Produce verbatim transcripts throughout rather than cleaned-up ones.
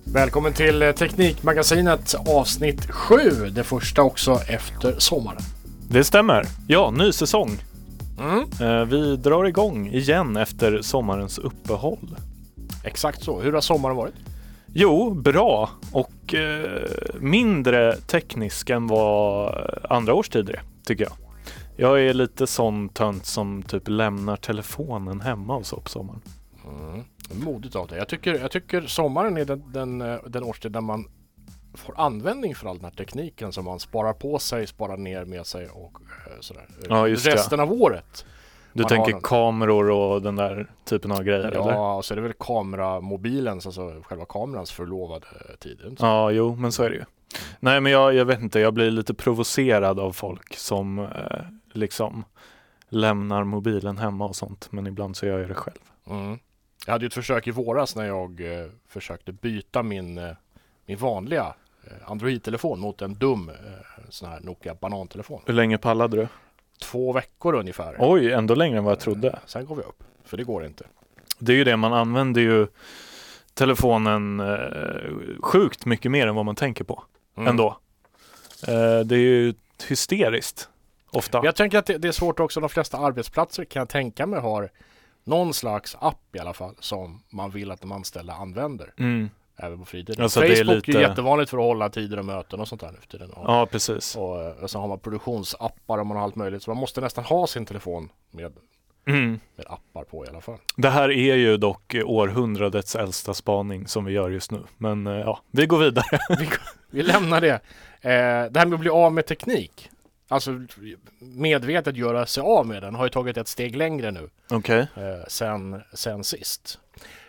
Välkommen till Teknikmagasinet avsnitt sju, det första också efter sommaren. Det stämmer. Ja, ny säsong. Mm. Vi drar igång igen efter sommarens uppehåll. Exakt så. Hur har sommaren varit? Jo, bra och eh, mindre teknisk än vad andra årstider är, tycker jag. Jag är lite sån tönt som typ lämnar telefonen hemma och så på sommaren. Mm. Modigt av det. Jag tycker, jag tycker sommaren är den, den, den årstid där man får användning för all den här tekniken som man sparar på sig, sparar ner med sig och sådär. Ja, just resten det. av året. Du man tänker kameror och den där typen av grejer, ja, eller? Ja, och så är det väl kameramobilens, alltså själva kamerans förlovade tid. Ja, jo, men så är det ju. Nej, men jag, jag vet inte, jag blir lite provocerad av folk som eh, liksom lämnar mobilen hemma och sånt, men ibland så gör jag det själv. Mm. Jag hade ju ett försök i våras när jag eh, försökte byta min, eh, min vanliga eh, Android-telefon mot en dum eh, sån här Nokia banantelefon. Hur länge pallade du? Två veckor ungefär. Oj, ändå längre än vad jag trodde. Eh, sen går vi upp, för det går inte. Det är ju det, man använder ju telefonen eh, sjukt mycket mer än vad man tänker på. Mm. Ändå. Eh, det är ju hysteriskt ofta. Jag tänker att det, det är svårt också. De flesta arbetsplatser kan jag tänka mig har någon slags app i alla fall som man vill att de anställda använder. Mm. Även på fritiden. Alltså, Facebook det är, lite... är ju jättevanligt för att hålla tider och möten och sånt där nu för tiden. Och, ja, precis. Och, och så har man produktionsappar och man har allt möjligt. Så man måste nästan ha sin telefon med, mm. med appar på i alla fall. Det här är ju dock århundradets äldsta spaning som vi gör just nu. Men ja, vi går vidare. vi, vi lämnar det. Eh, det här med att bli av med teknik. Alltså medvetet göra sig av med den har ju tagit ett steg längre nu. Okej. Okay. Eh, sen, sen sist.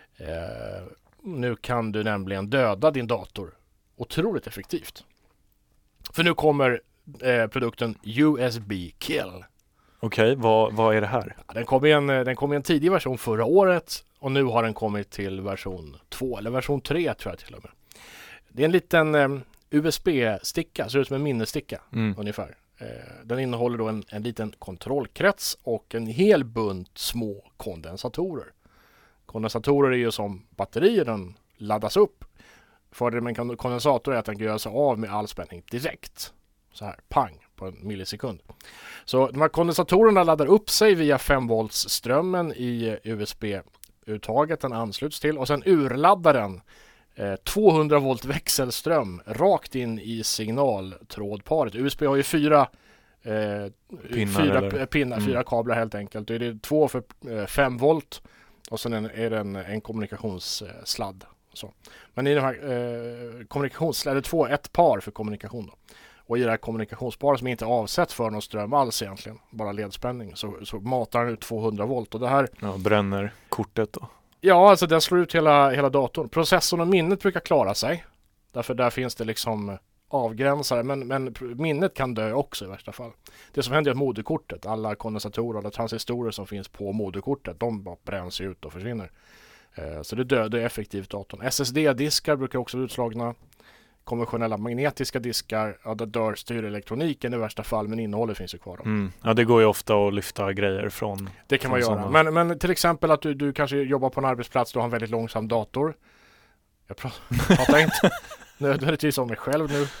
Eh, nu kan du nämligen döda din dator otroligt effektivt. För nu kommer eh, produkten U S B Kill. Okej, okay, vad, vad är det här? Ja, den kom i en, den kom i en tidig version förra året och nu har den kommit till version två eller version tre tror jag till och med. Det är en liten eh, U S B-sticka, ser ut som en minnessticka mm. ungefär. Den innehåller då en, en liten kontrollkrets och en hel bunt små kondensatorer. Kondensatorer är ju som batterier, den laddas upp. Fördelen med en kondensator är att den kan göra sig av med all spänning direkt. Så här, pang, på en millisekund. Så de här kondensatorerna laddar upp sig via fem volts strömmen i U S B-uttaget den ansluts till och sen urladdar den tvåhundra volt växelström rakt in i signaltrådparet. U S B har ju fyra eh, pinnar, fyra, pinnar mm. fyra kablar helt enkelt. Det är två för eh, fem volt och sen är det en, en kommunikationssladd. Så. Men i de här eh, kommunikationssladd, två, ett par för kommunikation då. Och i det här kommunikationsparet som inte är avsett för någon ström alls egentligen, bara ledspänning, så, så matar den ut tvåhundra volt och det här ja, bränner kortet då. Ja, alltså den slår ut hela, hela datorn. Processorn och minnet brukar klara sig. Därför där finns det liksom avgränsare. Men, men minnet kan dö också i värsta fall. Det som händer är att moderkortet, alla kondensatorer, alla transistorer som finns på moderkortet, de bara bränns ut och försvinner. Eh, så det dödar effektivt datorn. S S D-diskar brukar också vara utslagna. Konventionella magnetiska diskar, ja, där dör styrelektroniken i värsta fall, men innehållet finns ju kvar. Mm. Ja, det går ju ofta att lyfta grejer från. Det kan man göra. Såna. Men, men till exempel att du, du kanske jobbar på en arbetsplats, du har en väldigt långsam dator. Jag pratar, pratar inte nödvändigtvis om mig själv nu.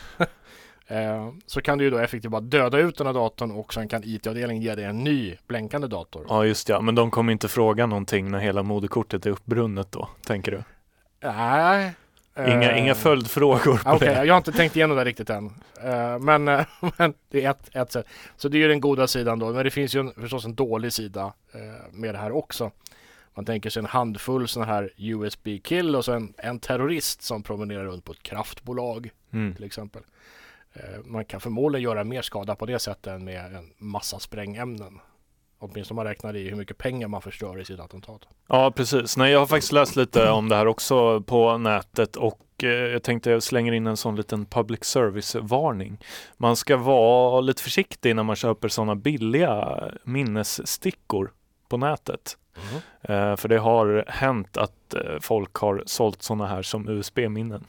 eh, så kan du ju då effektivt bara döda ut den här datorn och sen kan I T-avdelningen ge dig en ny blänkande dator. Ja, just det. Men de kommer inte fråga någonting när hela moderkortet är uppbrunnet då, tänker du? Nej. Inga, uh, inga följdfrågor på okay, det. Jag har inte tänkt igenom det riktigt än. Uh, men, uh, men det är ett, ett sätt. Så det är ju den goda sidan då. Men det finns ju en, förstås en dålig sida uh, med det här också. Man tänker sig en handfull sån här U S B-kill och så en, en terrorist som promenerar runt på ett kraftbolag mm. till exempel. Uh, man kan förmodligen göra mer skada på det sättet än med en massa sprängämnen. Åtminstone man räknar i hur mycket pengar man förstör i sitt attentat. Ja, precis. Nej, jag har faktiskt läst lite om det här också på nätet och eh, jag tänkte jag slänger in en sån liten public service-varning. Man ska vara lite försiktig när man köper såna billiga minnesstickor på nätet. Mm. Eh, för det har hänt att eh, folk har sålt såna här som U S B-minnen.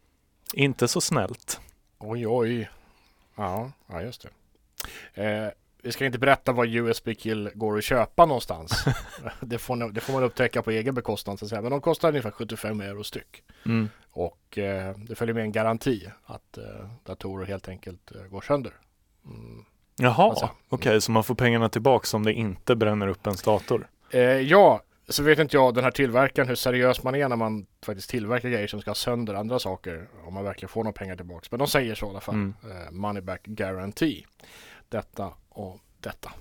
Inte så snällt. Oj, oj. Ja, ja just det. Eh, vi ska inte berätta vad U S B-kill går att köpa någonstans. det, får, det får man upptäcka på egen bekostnad så att säga. Men de kostar ungefär sjuttiofem euro styck. Mm. Och eh, det följer med en garanti att eh, datorer helt enkelt eh, går sönder. Mm. Jaha, alltså, okej, okay, så man får pengarna tillbaka om det inte bränner upp en dator? Eh, ja, så vet inte jag den här tillverkaren hur seriös man är när man faktiskt tillverkar grejer som ska sönder andra saker. Om man verkligen får några pengar tillbaka. Men de säger så i alla fall. Mm. Eh, money back guarantee. Detta och detta.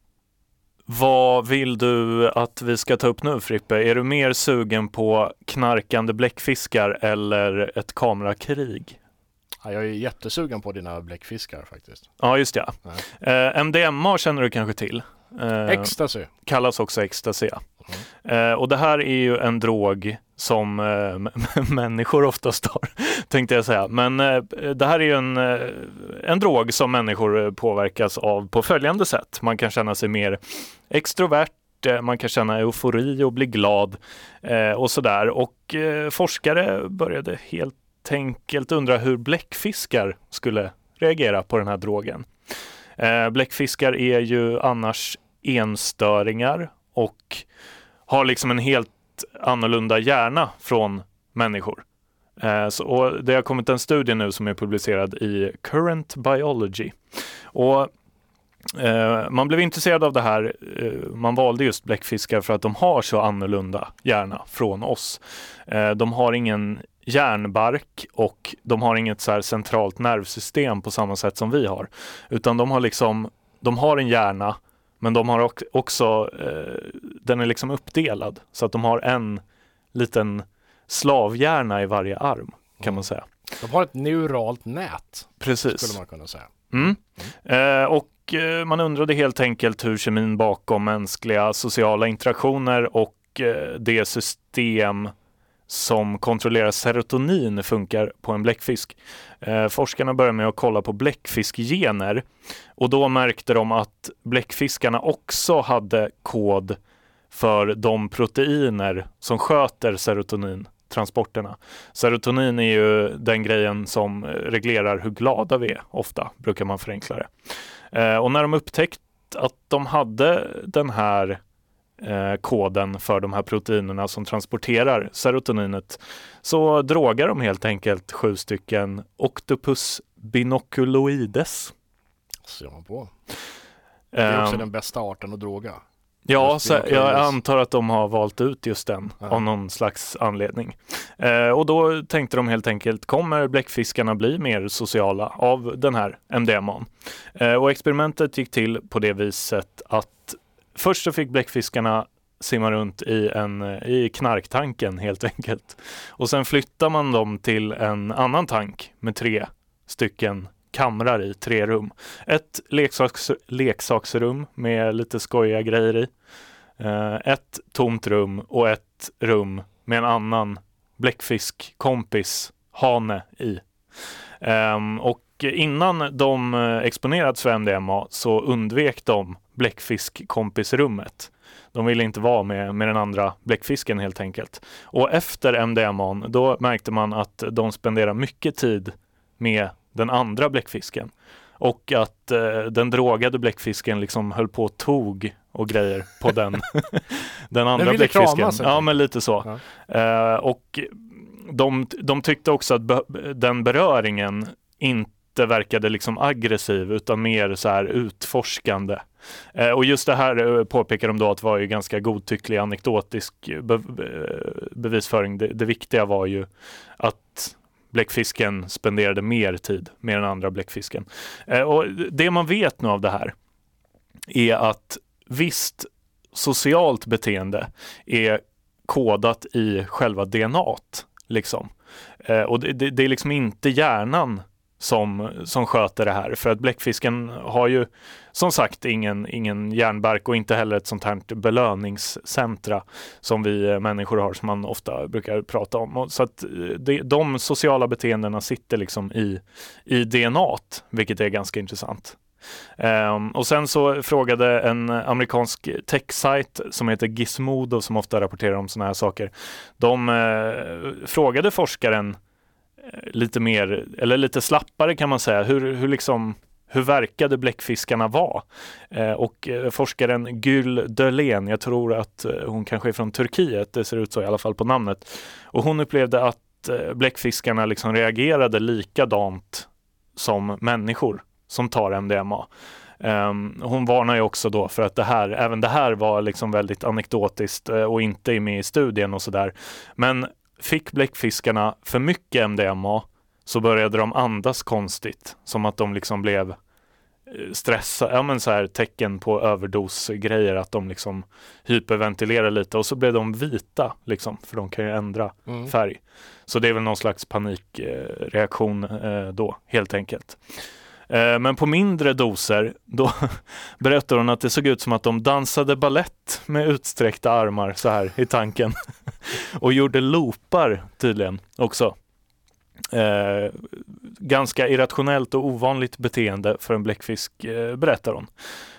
Vad vill du att vi ska ta upp nu, Frippe? Är du mer sugen på knarkande bläckfiskar eller ett kamerakrig? Ja, jag är jättesugen på dina bläckfiskar faktiskt. Ja, just det. Eh, M D M A känner du kanske till. Eh, ecstasy. Kallas också ecstasy. Mm. Eh, och det här är ju en drog som eh, m- människor oftast har, tänkte jag säga. Men eh, det här är ju en, eh, en drog som människor påverkas av på följande sätt. Man kan känna sig mer extrovert, eh, man kan känna eufori och bli glad eh, och sådär. Och eh, forskare började helt enkelt undra hur bläckfiskar skulle reagera på den här drogen. Eh, bläckfiskar är ju annars enstöringar och har liksom en helt annorlunda hjärna från människor. Eh, så, och det har kommit en studie nu som är publicerad i Current Biology. Och eh, man blev intresserad av det här. Eh, man valde just bläckfiskar för att de har så annorlunda hjärna från oss. Eh, de har ingen hjärnbark och de har inget så här centralt nervsystem på samma sätt som vi har. Utan de har liksom, de har en hjärna, men de har också, eh, den är liksom uppdelad så att de har en liten slavhjärna i varje arm, kan man säga. De har ett neuralt nät. Precis. Skulle man kunna säga. Mm. Mm. Eh, och eh, man undrade helt enkelt hur kemin bakom mänskliga sociala interaktioner och eh, det system som kontrollerar serotonin funkar på en bläckfisk. Eh, forskarna började med att kolla på bläckfiskgener och då märkte de att bläckfiskarna också hade kod för de proteiner som sköter serotonintransporterna. Serotonin är ju den grejen som reglerar hur glada vi är, ofta brukar man förenkla det. Eh, och när de upptäckte att de hade den här Eh, koden för de här proteinerna som transporterar serotoninet, så drogar de helt enkelt sju stycken Octopus binoculoides. Ser man på. Det är också um, den bästa arten att droga. Ja, så jag antar att de har valt ut just den ja. av någon slags anledning. Eh, och då tänkte de helt enkelt, kommer bläckfiskarna bli mer sociala av den här M D M A? Eh, och experimentet gick till på det viset att först så fick bläckfiskarna simma runt i, en, i knarktanken helt enkelt. Och sen flyttar man dem till en annan tank med tre stycken kamrar i, tre rum. Ett leksaks, leksaksrum med lite skojiga grejer i. Eh, ett tomt rum och ett rum med en annan bläckfiskkompis, hane i. Um, och innan de exponerats för M D M A så undvek de bläckfiskkompisrummet. De ville inte vara med, med den andra bläckfisken helt enkelt. Och efter M D M A då märkte man att de spenderar mycket tid med den andra bläckfisken. Och att eh, den drogade bläckfisken liksom höll på och tog och grejer på den, den andra den bläckfisken. Kramas, ja, men lite så. Ja. Eh, och de, de tyckte också att be, den beröringen inte verkade liksom aggressiv utan mer så här utforskande. Eh, och just det här påpekar de då att var ju ganska godtycklig anekdotisk be, be, bevisföring. Det, det viktiga var ju att bläckfisken spenderade mer tid med den andra bläckfisken. Eh, och det man vet nu av det här är att visst socialt beteende är kodat i själva D N A-t. Liksom. Eh, och det, det, det är liksom inte hjärnan som, som sköter det här. För att bläckfisken har ju som sagt ingen, ingen hjärnbark och inte heller ett sånt här belöningscentra som vi människor har som man ofta brukar prata om. Och så att det, de sociala beteendena sitter liksom i, i D N A-t, vilket är ganska intressant. Um, och sen så frågade en amerikansk tech-site som heter Gizmodo som ofta rapporterar om såna här saker. De uh, frågade forskaren uh, lite mer, eller lite slappare kan man säga, hur, hur liksom hur verkade bläckfiskarna vara? Eh, och eh, forskaren Gül Dölen, jag tror att eh, hon kanske är från Turkiet, det ser ut så i alla fall på namnet. Och hon upplevde att eh, bläckfiskarna liksom reagerade likadant som människor som tar M D M A. Um, hon varnar ju också då för att det här, även det här var liksom väldigt anekdotiskt uh, och inte är med i studien och sådär. Men fick bläckfiskarna för mycket M D M A så började de andas konstigt. Som att de liksom blev stressade, ja men så här tecken på överdosgrejer, att de liksom hyperventilerar lite och så blev de vita liksom, för de kan ju ändra mm. färg. Så det är väl någon slags panikreaktion uh, då, helt enkelt. Men på mindre doser, då berättar hon att det såg ut som att de dansade ballett med utsträckta armar så här i tanken. Och gjorde loopar tydligen också. Eh, ganska irrationellt och ovanligt beteende för en bläckfisk, eh, berättar hon.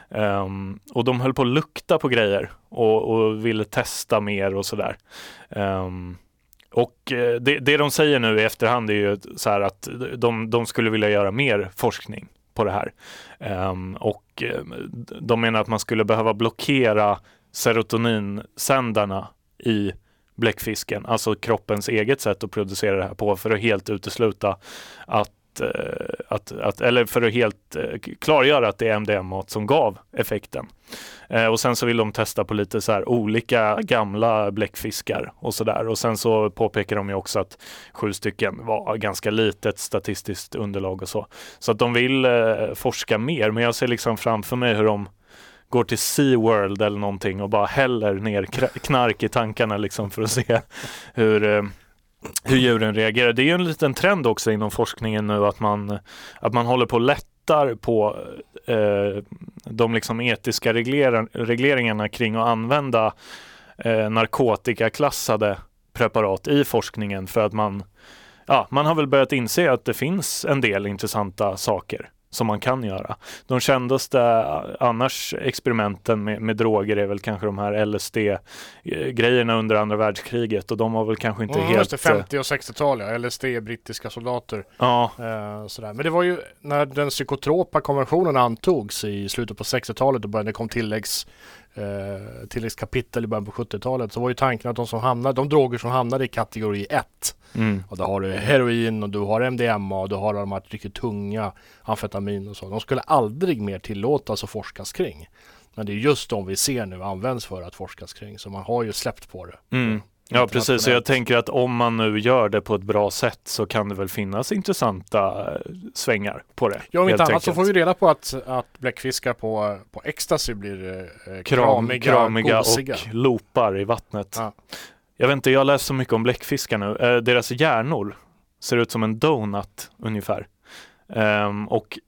Um, och de höll på att lukta på grejer och, och ville testa mer och sådär. Um, Och det, det de säger nu i efterhand är ju så här att de, de skulle vilja göra mer forskning på det här. Um, och de menar att man skulle behöva blockera serotoninsändarna i bläckfisken, alltså kroppens eget sätt att producera det här på, för att helt utesluta att Att, att, eller för att helt klargöra att det är M D M A som gav effekten. Eh, och sen så vill de testa på lite så här olika gamla bläckfiskar och sådär. Och sen så påpekar de ju också att sju stycken var ganska litet statistiskt underlag och så. Så att de vill eh, forska mer, men jag ser liksom framför mig hur de går till SeaWorld eller någonting och bara häller ner knark i tankarna liksom för att se hur... Eh, hur djuren reagerar. Det är ju en liten trend också inom forskningen nu att man, att man håller på och lättar på eh, de liksom etiska regler- regleringarna kring att använda eh, narkotikaklassade preparat i forskningen, för att man, ja, man har väl börjat inse att det finns en del intressanta saker som man kan göra. De kändaste annars experimenten med, med droger är väl kanske de här L S D-grejerna under andra världskriget, och de var väl kanske inte mm, helt... femtio- och sextiotal, ja. L S D, brittiska soldater. Ja. Eh, sådär. Men det var ju när den psykotropa konventionen antogs i slutet på sextiotalet och började, det kom tilläggs, eh, tilläggskapitel i början på sjuttiotalet, så var ju tanken att de som hamnade, de droger som hamnade i kategori ett, mm. och då har du heroin och du har M D M A och du har de här riktigt tunga amfetamin och så. De skulle aldrig mer tillåtas att forskas kring. Men det är just de vi ser nu används för att forskas kring. Så man har ju släppt på det. Mm. Ja, precis. Så jag tänker att om man nu gör det på ett bra sätt så kan det väl finnas intressanta svängar på det. Ja, om inte annat så får vi reda på att, att bläckfiskar på, på ecstasy blir eh, kramiga, kramiga och loopar i vattnet. Ja. Jag vet inte, jag har läst så mycket om bläckfiskar nu. Eh, deras hjärnor ser ut som en donut ungefär. Um, och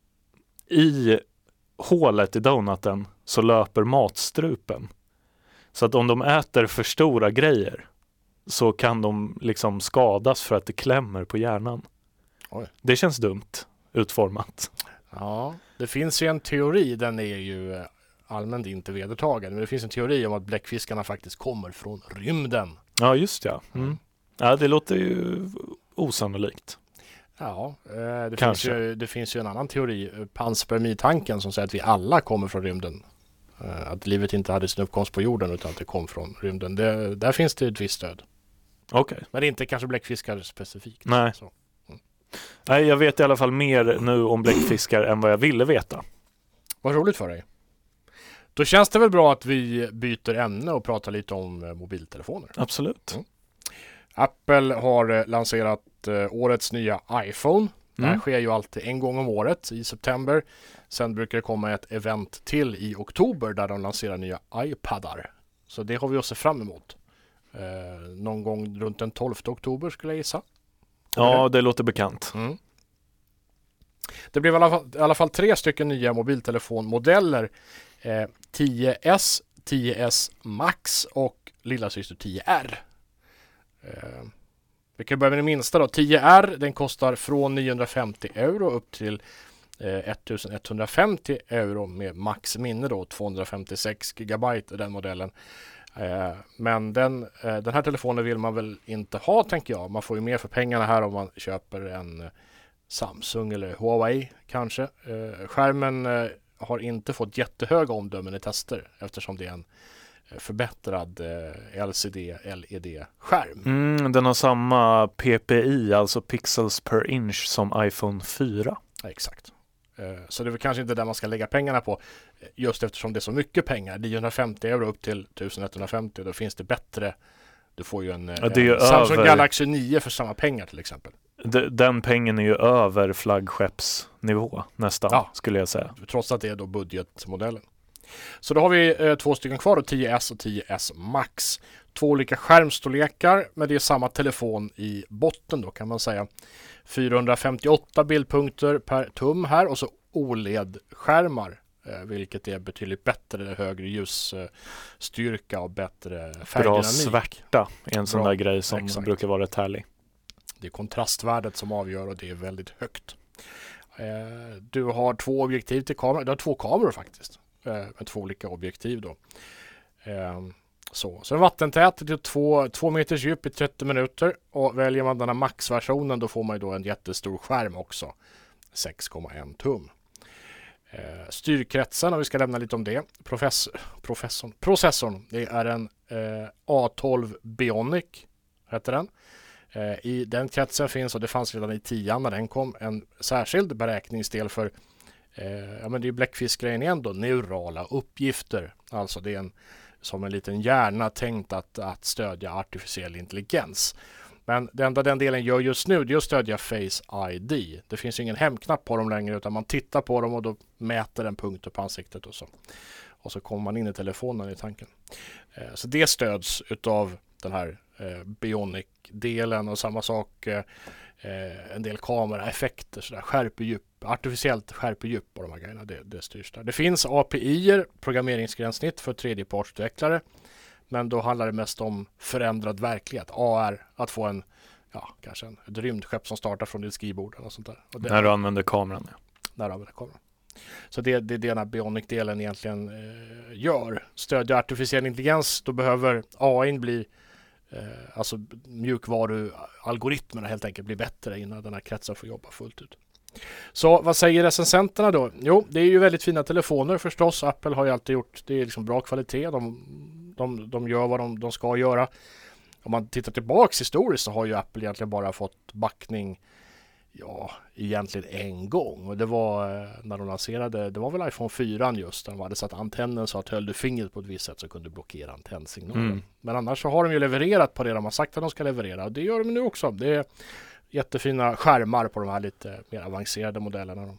i hålet i donuten så löper matstrupen. Så att om de äter för stora grejer så kan de liksom skadas för att det klämmer på hjärnan. Oj. Det känns dumt utformat. Ja, det finns ju en teori, den är ju allmänt inte vedertagen, men det finns en teori om att bläckfiskarna faktiskt kommer från rymden. Ja, just ja. Mm. Ja, det låter ju osannolikt. Ja, det finns, ju, det finns ju en annan teori, panspermitanken, som säger att vi alla kommer från rymden. Att livet inte hade sin uppkomst på jorden utan att det kom från rymden. Det, där finns det ett visst stöd. Okej. Okay. Men det är inte kanske bläckfiskar specifikt. Nej. Så. Mm. Nej, jag vet i alla fall mer nu om bläckfiskar än vad jag ville veta. Vad roligt för dig. Då känns det väl bra att vi byter ämne och pratar lite om mobiltelefoner. Absolut. Mm. Apple har lanserat uh, årets nya iPhone. Det här mm. sker ju alltid en gång om året i september. Sen brukar det komma ett event till i oktober där de lanserar nya iPadar. Så det har vi att se fram emot. Eh, någon gång runt den tolfte oktober skulle jag gissa. Ja, det låter bekant. Mm. Det blev i alla, fall, i alla fall tre stycken nya mobiltelefonmodeller. Eh, tio S, tio S Max och lilla syster tio R. Eh, vi kan börja med den minsta då. tio R, den kostar från niohundrafemtio euro upp till eh, ettusenetthundrafemtio euro med max minne då, tvåhundrafemtiosex gigabyte den modellen. Eh, men den, eh, den här telefonen vill man väl inte ha, tänker jag. Man får ju mer för pengarna här om man köper en Samsung eller Huawei kanske. Eh, skärmen eh, har inte fått jättehöga omdömen i tester eftersom det är en förbättrad eh, L C D L E D-skärm. Mm, den har samma P P I, alltså pixels per inch, som iPhone fyra. Ja, exakt. Eh, så det är väl kanske inte där man ska lägga pengarna på, just eftersom det är så mycket pengar. niohundrafemtio euro upp till elvaetthundrafemtio, då finns det bättre. Du får ju en, ja, det är ju en Samsung över... Galaxy nio för samma pengar till exempel. Den pengen är ju över flaggskeppsnivå nästan, ja, skulle jag säga. Trots att det är då budgetmodellen. Så då har vi eh, två stycken kvar, då, tio S och tio S Max. Två olika skärmstorlekar, men det är samma telefon i botten då kan man säga. fyrahundrafemtioåtta bildpunkter per tum här och så O L E D-skärmar. Eh, vilket är betydligt bättre, högre ljusstyrka och bättre färgdynamik. Bra svärta är en sån Bra, där grej som exakt. brukar vara rätt härlig. Det är kontrastvärdet som avgör och det är väldigt högt. Eh, du har två objektiv till kameran. Du har två kameror faktiskt. Eh, med två olika objektiv då. Eh, så. så en vattentät till två, två meters djup i trettio minuter. Och väljer man den här Max-versionen då får man ju då en jättestor skärm också. sex komma en tum. Eh, styrkretsen, om vi ska lämna lite om det. Professor, professorn, processorn, det är en eh, A tolv Bionic heter den. I den kretsen finns, och det fanns redan i tian när den kom, en särskild beräkningsdel för eh, ja men det är bläckfiskgrejen igen då, neurala uppgifter. Alltså det är en, som en liten hjärna tänkt att, att stödja artificiell intelligens. Men det enda den delen gör just nu, det är att stödja Face I D. Det finns ingen hemknapp på dem längre, utan man tittar på dem och då mäter den punkter på ansiktet och så. Och så kommer man in i telefonen i tanken. Eh, så det stöds utav den här eh, Bionic-delen, och samma sak eh, en del kameraeffekter, sådär, skärpedjup, artificiellt skärpedjup och de här grejerna, det, det styrs där. Det finns A P I-er, programmeringsgränssnitt för tredjepartsutvecklare, men då handlar det mest om förändrad verklighet. A R, att få en, ja, kanske en, ett rymdskepp som startar från ditt skrivbord och sånt där. Och det, när du använder kameran. Ja. När du använder kameran. Så det är det, det den här Bionic-delen egentligen eh, gör. Stödja artificiell intelligens, då behöver A I bli, eh, alltså mjukvarualgoritmerna helt enkelt bli bättre innan den här kretsen får jobba fullt ut. Så vad säger recensenterna då? Jo, det är ju väldigt fina telefoner förstås. Apple har ju alltid gjort, det är liksom bra kvalitet. De, de, de gör vad de, de ska göra. Om man tittar tillbaks historiskt så har ju Apple egentligen bara fått backning, ja, egentligen en gång. Och det var när de lanserade, det var väl iPhone fyra just, där de hade satt antennen så att höll du fingret på ett visst sätt så kunde du blockera antennsignalen. Mm. Men annars så har de ju levererat på det de har sagt att de ska leverera. Och det gör de nu också. Det är jättefina skärmar på de här lite mer avancerade modellerna.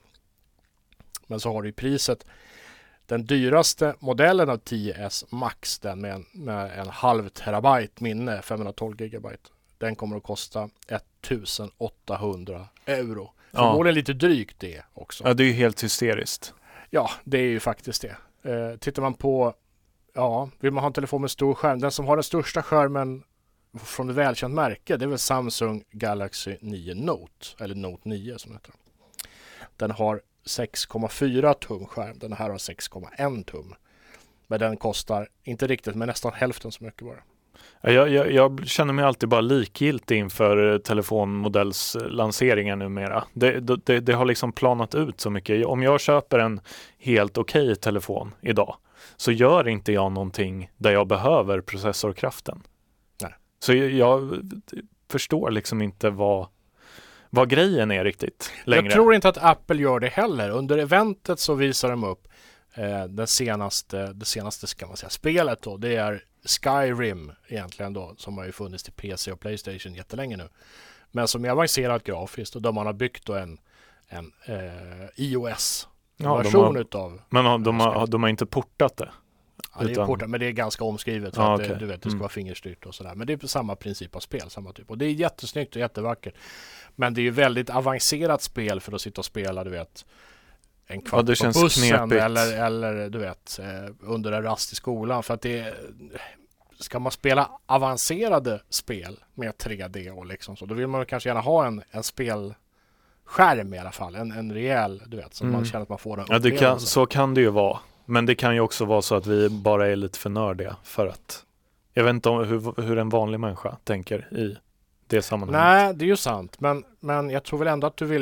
Men så har du i priset den dyraste modellen av tio S Max, den med en, med en halv terabyte minne, femhundratolv gigabyte. Den kommer att kosta ettusenåttahundra euro. Förmodligen ja. Lite drygt det också. Ja, det är ju helt hysteriskt. Ja, det är ju faktiskt det. Eh, tittar man på, ja, vill man ha en telefon med stor skärm, den som har den största skärmen från ett välkänt märke, det är väl Samsung Galaxy nio Note, eller Note nio som heter. Den har sex komma fyra tum skärm, den här har sex komma en tum. Men den kostar, inte riktigt, men nästan hälften så mycket bara. Jag, jag, jag känner mig alltid bara likgiltig inför telefonmodellslanseringar numera. Det, det, det har liksom planat ut så mycket. Om jag köper en helt okej telefon idag så gör inte jag någonting där jag behöver processorkraften. Nej. Så jag, jag förstår liksom inte vad, vad grejen är riktigt längre. Jag tror inte att Apple gör det heller. Under eventet så visar de upp eh, den senaste, det senaste ska man säga, spelet då. Det är Skyrim egentligen då, som har ju funnits till P C och PlayStation jättelänge nu. Men som är avancerat grafiskt och där man har byggt då en, en eh, iOS-version ja, utav. Men de, de, har, de har inte portat det? Ja, det är portat, men det är ganska omskrivet för ah, att okay. det, du vet, det ska mm. vara fingerstyrt och sådär. Men det är på samma princip av spel, samma typ. Och det är jättesnyggt och jättevackert. Men det är ju väldigt avancerat spel för att sitta och spela, du vet, en kvart ja, på bussen eller, eller du vet, under en rast i skolan. För att det ska man spela avancerade spel med tre D och liksom så, då vill man kanske gärna ha en, en spelskärm i alla fall. En, en rejäl, du vet, så mm. man känner att man får en ja, det kan, så kan det ju vara. Men det kan ju också vara så att vi bara är lite för nördiga för att, jag vet inte om hur, hur en vanlig människa tänker i det sammanhanget. Nej, det är ju sant. Men, men jag tror väl ändå att du vill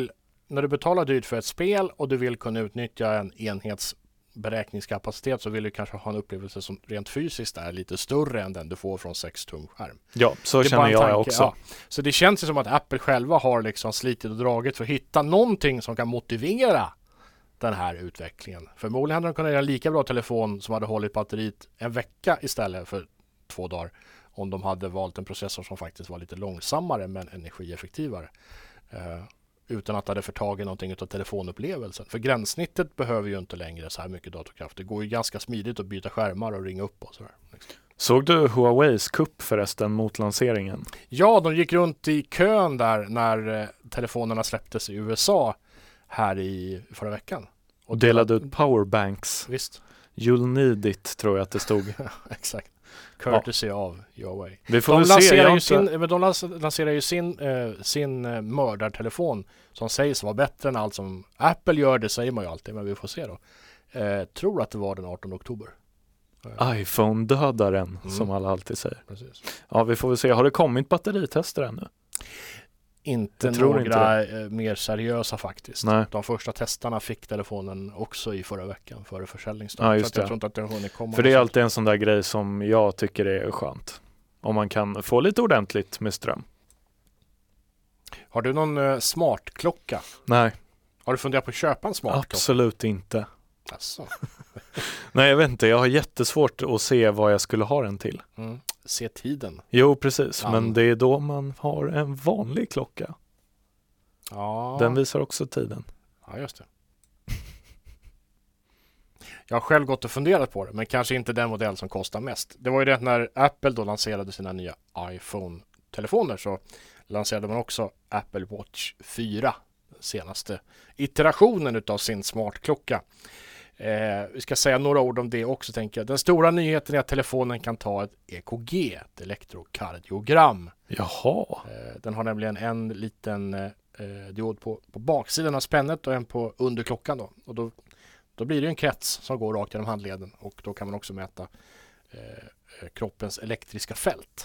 när du betalar dyrt för ett spel och du vill kunna utnyttja en enhetsberäkningskapacitet så vill du kanske ha en upplevelse som rent fysiskt är lite större än den du får från sex tum skärm. Ja, så känner jag, jag också. Ja. Så det känns ju som att Apple själva har liksom slitit och dragit för att hitta någonting som kan motivera den här utvecklingen. Förmodligen hade de kunnat göra en lika bra telefon som hade hållit batteriet en vecka istället för två dagar om de hade valt en processor som faktiskt var lite långsammare men energieffektivare. Uh, utan att det hade förtagit någonting av telefonupplevelsen. För gränssnittet behöver ju inte längre så här mycket datorkraft. Det går ju ganska smidigt att byta skärmar och ringa upp och sådär. Såg du Huaweis kupp förresten mot lanseringen? Ja, de gick runt i kön där när eh, telefonerna släpptes i U S A här i förra veckan. Och delade ut powerbanks. Visst. You'll need it, tror jag att det stod. Exakt. Courtesy ja. av Huawei. Vi får de, väl lanserar se, ju inte... sin, de lanserar ju sin, eh, sin eh, mördartelefon som sägs vara bättre än allt som Apple gör, det säger man ju alltid, men vi får se då. Eh, tror att det var den artonde oktober. Eh. iPhone-dödaren, mm. som alla alltid säger. Precis. Ja, vi får väl se. Har det kommit batteritester ännu? Inte några inte mer seriösa faktiskt. Nej. De första testarna fick telefonen också i förra veckan före försäljningsdag. Ja, just så jag det. tror inte att det hunnit komma. För det är alltid en sån där grej som jag tycker är skönt. Om man kan få lite ordentligt med ström. Har du någon uh, smartklocka? Nej. Har du funderat på att köpa en smartklocka? Absolut inte. Alltså. Nej, jag vet inte. Jag har jättesvårt att se vad jag skulle ha den till. Mm. Se tiden. Jo, precis. Ja. Men det är då man har en vanlig klocka. Ja. Den visar också tiden. Ja, just det. Jag har själv gått och funderat på det, men kanske inte den modell som kostar mest. Det var ju det när Apple då lanserade sina nya iPhone-telefoner så lanserade man också Apple Watch fyra, senaste iterationen utav sin smartklocka. Eh, vi ska säga några ord om det också, tänker jag. Den stora nyheten är att telefonen kan ta ett E K G, ett elektrokardiogram. Jaha. Eh, den har nämligen en liten eh, diod på, på baksidan av spännet och en på underklockan då. Och då, då blir det en krets som går rakt genom handleden och då kan man också mäta eh, kroppens elektriska fält.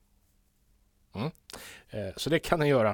Mm. Eh, så det kan den göra.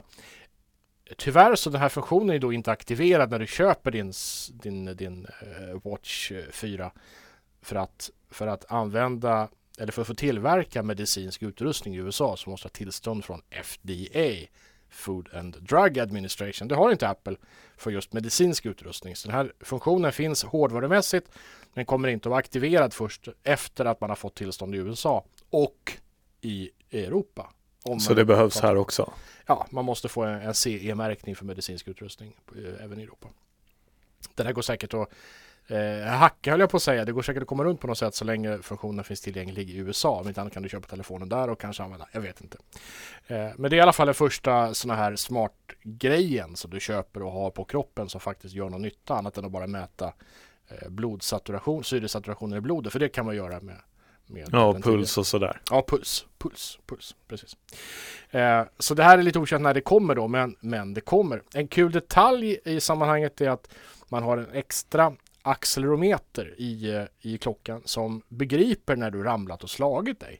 Tyvärr så den här funktionen är då inte aktiverad när du köper din, din, din uh, Watch fyra för att, för att använda eller för att få tillverka medicinsk utrustning i U S A så måste ha tillstånd från F D A, Food and Drug Administration. Det har inte Apple för just medicinsk utrustning. Så den här funktionen finns hårdvarumässigt men kommer inte att vara aktiverad först efter att man har fått tillstånd i U S A och i Europa. Om så det behövs här också? Ja, man måste få en, en C E-märkning för medicinsk utrustning eh, även i Europa. Den här går säkert att eh, hacka, höll jag på att säga. Det går säkert att komma runt på något sätt så länge funktionen finns tillgänglig i U S A. Om inte annat kan du köpa telefonen där och kanske använda. Jag vet inte. Eh, men det är i alla fall den första såna här smart-grejen som du köper och har på kroppen som faktiskt gör någon nytta annat än att bara mäta eh, blodsaturation, syresaturationen i blodet. För det kan man göra med Med ja, puls tidigare. Och sådär. Ja, puls, puls, puls, precis. Eh, så det här är lite okänt när det kommer då, men, men det kommer. En kul detalj i sammanhanget är att man har en extra accelerometer i, i klockan som begriper när du ramlat och slagit dig.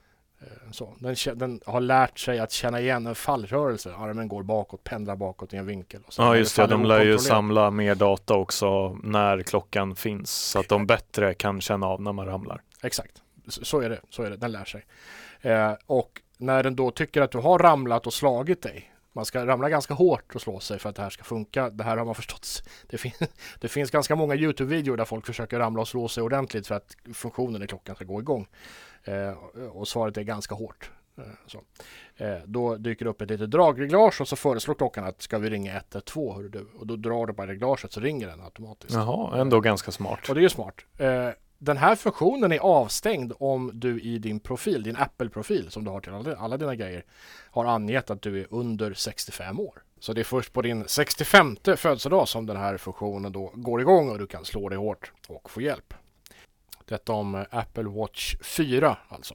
Eh, så. Den, den har lärt sig att känna igen en fallrörelse. Armen går bakåt, pendlar bakåt i en vinkel. Och ja, just det. De lär ju samla mer data också när klockan finns så att de bättre kan känna av när man ramlar. Exakt. Så är det, så är det. Den lär sig. Eh, och när den då tycker att du har ramlat och slagit dig, man ska ramla ganska hårt och slå sig för att det här ska funka. Det här har man förstått. Det, fin- det finns ganska många YouTube-videor där folk försöker ramla och slå sig ordentligt för att funktionen i klockan ska gå igång. Eh, och svaret är ganska hårt. Eh, så. Eh, då dyker det upp ett litet dragreglage och så föreslår klockan att ska vi ringa ett eller två, hör du? Och då drar du på reglaget så ringer den automatiskt. Jaha, ändå ganska smart. Och det är ju smart. Eh, Den här funktionen är avstängd om du i din profil, din Apple-profil som du har till alla, alla dina grejer, har angett att du är under sextiofem år. Så det är först på din sextiofemte födelsedag som den här funktionen då går igång och du kan slå dig hårt och få hjälp. Detta om Apple Watch fyra alltså.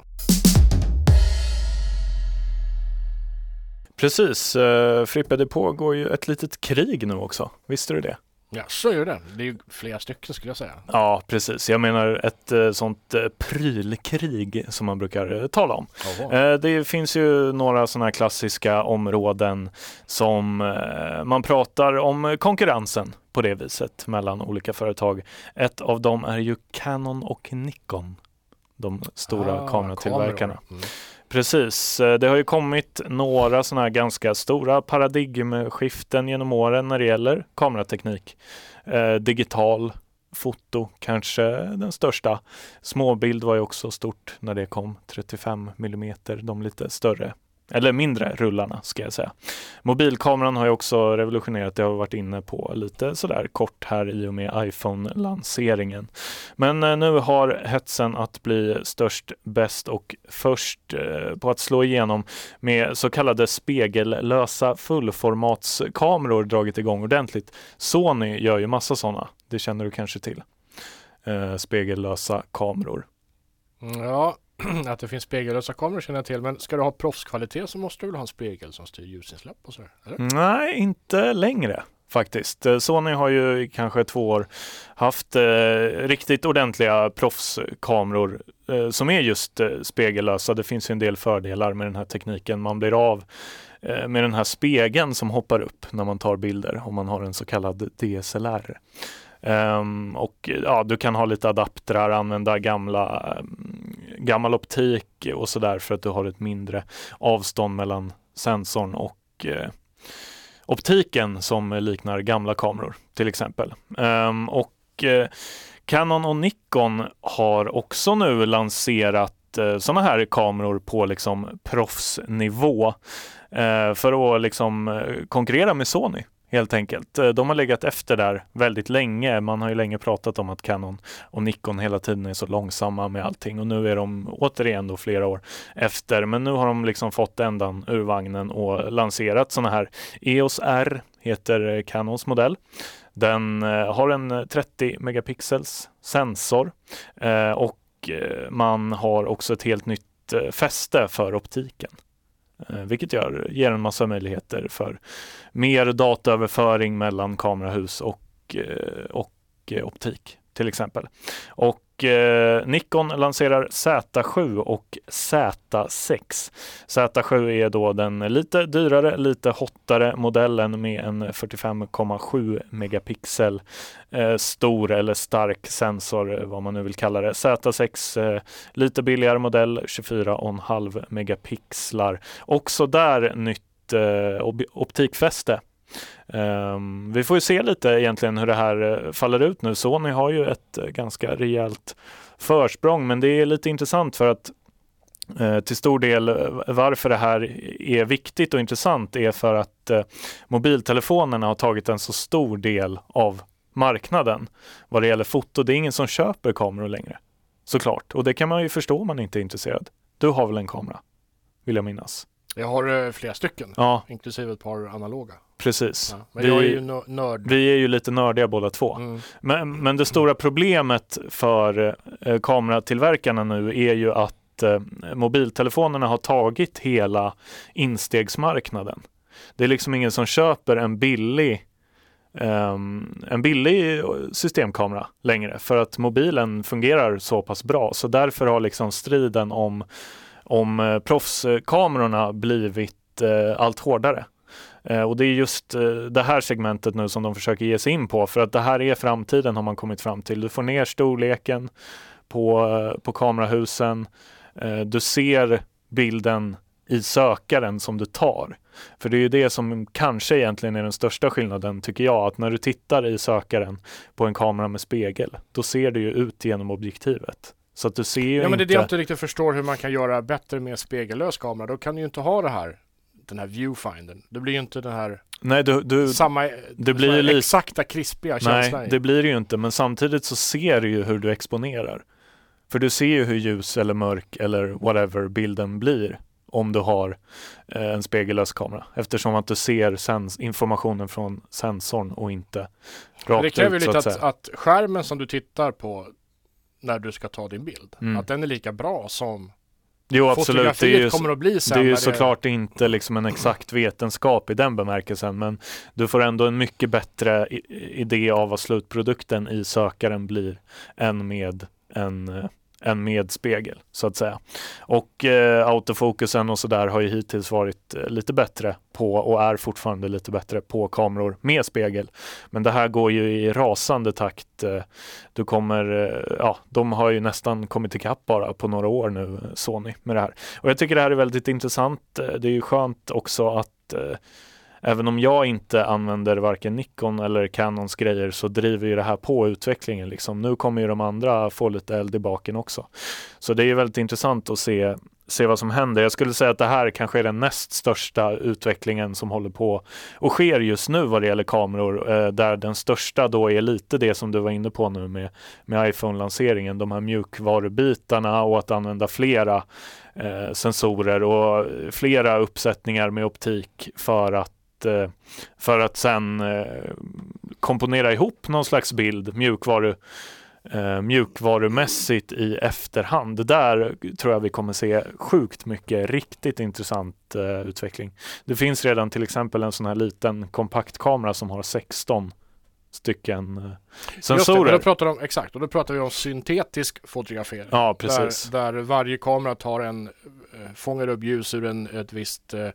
Precis, uh, Frippe, det pågår ju ett litet krig nu också. Visste du det? Ja, så är det. Det är ju flera stycken skulle jag säga. Ja, precis. Jag menar ett eh, sånt eh, prylkrig som man brukar eh, tala om. Eh, det finns ju några sådana här klassiska områden som eh, man pratar om konkurrensen på det viset mellan olika företag. Ett av dem är ju Canon och Nikon, de stora ah, kameratillverkarna. Mm. Precis, det har ju kommit några sådana här ganska stora paradigmskiften genom åren när det gäller kamerateknik. Eh, digital foto, kanske den största. Småbild var ju också stort när det kom, trettiofem millimeter, de lite större. Eller mindre rullarna ska jag säga. Mobilkameran har ju också revolutionerat, det har varit inne på lite sådär kort här i och med iPhone-lanseringen. Men eh, nu har hetsen att bli störst, bäst och först eh, på att slå igenom med så kallade spegellösa fullformatskameror dragit igång ordentligt. Sony gör ju massa sådana, det känner du kanske till. Eh, spegellösa kameror. Ja, att det finns spegellösa kameror känner jag till, men ska du ha proffskvalitet så måste du väl ha en spegel som styr ljusinsläpp och sådär, eller? Nej, inte längre faktiskt. Sony har ju i kanske två år haft eh, riktigt ordentliga proffskameror eh, som är just eh, spegellösa. Det finns ju en del fördelar med den här tekniken. Man blir av eh, med den här spegeln som hoppar upp när man tar bilder om man har en så kallad D S L R. Um, och ja, du kan ha lite adaptrar, använda gamla um, gammal optik och sådär för att du har ett mindre avstånd mellan sensorn och uh, optiken som liknar gamla kameror till exempel. Um, och uh, Canon och Nikon har också nu lanserat uh, sådana här kameror på liksom proffsnivå uh, för att liksom uh, konkurrera med Sony. Helt enkelt. De har legat efter där väldigt länge. Man har ju länge pratat om att Canon och Nikon hela tiden är så långsamma med allting. Och nu är de återigen då flera år efter. Men nu har de liksom fått ändan ur vagnen och lanserat såna här. E O S R heter Canons modell. Den eh, har en trettio megapixels sensor. Eh, och eh, man har också ett helt nytt eh, fäste för optiken. Vilket gör, ger en massa möjligheter för mer dataöverföring mellan kamerahus och, och optik till exempel. Och eh, Nikon lanserar Z sju och Z sex. Z sju är då den lite dyrare, lite hottare modellen med en fyrtiofem komma sju megapixel eh, stor eller stark sensor, vad man nu vill kalla det. Z sex, eh, lite billigare modell, tjugofyra komma fem megapixlar. Också där nytt eh, ob- optikfäste. Um, vi får ju se lite egentligen hur det här uh, faller ut nu. Sony har ju ett uh, ganska rejält försprång, men det är lite intressant för att uh, till stor del uh, varför det här är viktigt och intressant är för att uh, mobiltelefonerna har tagit en så stor del av marknaden vad det gäller foto. Det är ingen som köper kameror längre, såklart. Och det kan man ju förstå om man inte är intresserad. Du har väl en kamera, vill jag minnas. Jag har uh, flera stycken, ja. Inklusive ett par analoga. Precis. Ja, men vi, jag är ju nörd. Vi är ju lite nördiga båda två. Mm. Men, men det stora problemet för eh, kameratillverkarna nu är ju att eh, mobiltelefonerna har tagit hela instegsmarknaden. Det är liksom ingen som köper en billig Um, en billig systemkamera längre för att mobilen fungerar så pass bra. Så därför har liksom striden om, om uh, proffskamerorna blivit uh, allt hårdare. Uh, och det är just uh, det här segmentet nu som de försöker ge sig in på, för att det här är framtiden har man kommit fram till. Du får ner storleken på, uh, på kamerahusen. Uh, du ser bilden i sökaren som du tar. För det är ju det som kanske egentligen är den största skillnaden, tycker jag, att när du tittar i sökaren på en kamera med spegel, då ser det ju ut genom objektivet. Så att du ser ju ja, inte... men det är det jag inte riktigt förstår hur man kan göra bättre med spegellös kamera. Då kan du ju inte ha det här, den här viewfindern. Det blir ju inte den här Nej, du, du, samma det blir li... exakta, krispiga känslan. Nej, det blir det ju inte, men samtidigt så ser du ju hur du exponerar. För du ser ju hur ljus eller mörk eller whatever bilden blir om du har eh, en spegellös kamera. Eftersom att du ser sens- informationen från sensorn och inte rakt det kräver ut, lite så att, att, att skärmen som du tittar på när du ska ta din bild, mm. att den är lika bra som Jo, absolut. Det är ju, kommer att bli sen det är ju det... såklart inte liksom en exakt vetenskap i den bemärkelsen, men du får ändå en mycket bättre idé av vad slutprodukten i sökaren blir än med en, en med spegel, så att säga. Och eh, autofokusen och sådär har ju hittills varit lite bättre på, och är fortfarande lite bättre på kameror med spegel. Men det här går ju i rasande takt. Du kommer, ja, de har ju nästan kommit ikapp bara på några år nu, Sony, med det här. Och jag tycker det här är väldigt intressant. Det är ju skönt också att eh, även om jag inte använder varken Nikon eller Canons grejer, så driver ju det här på utvecklingen. Liksom. Nu kommer ju de andra få lite eld i baken också. Så det är ju väldigt intressant att se, se vad som händer. Jag skulle säga att det här kanske är den näst största utvecklingen som håller på och sker just nu vad det gäller kameror. Eh, där den största då är lite det som du var inne på nu med, med iPhone-lanseringen. De här mjukvarubitarna och att använda flera eh, sensorer och flera uppsättningar med optik för att för att sen eh, komponera ihop någon slags bild mjukvaru, eh, mjukvarumässigt i efterhand. Där tror jag vi kommer se sjukt mycket riktigt intressant eh, utveckling. Det finns redan till exempel en sån här liten kompaktkamera som har sexton stycken eh, sensorer. Just det, då pratar de, exakt, och då pratar vi om syntetisk fotografering. Ja, precis. Där, där varje kamera tar en, eh, fångar upp ljus ur en, ett visst eh,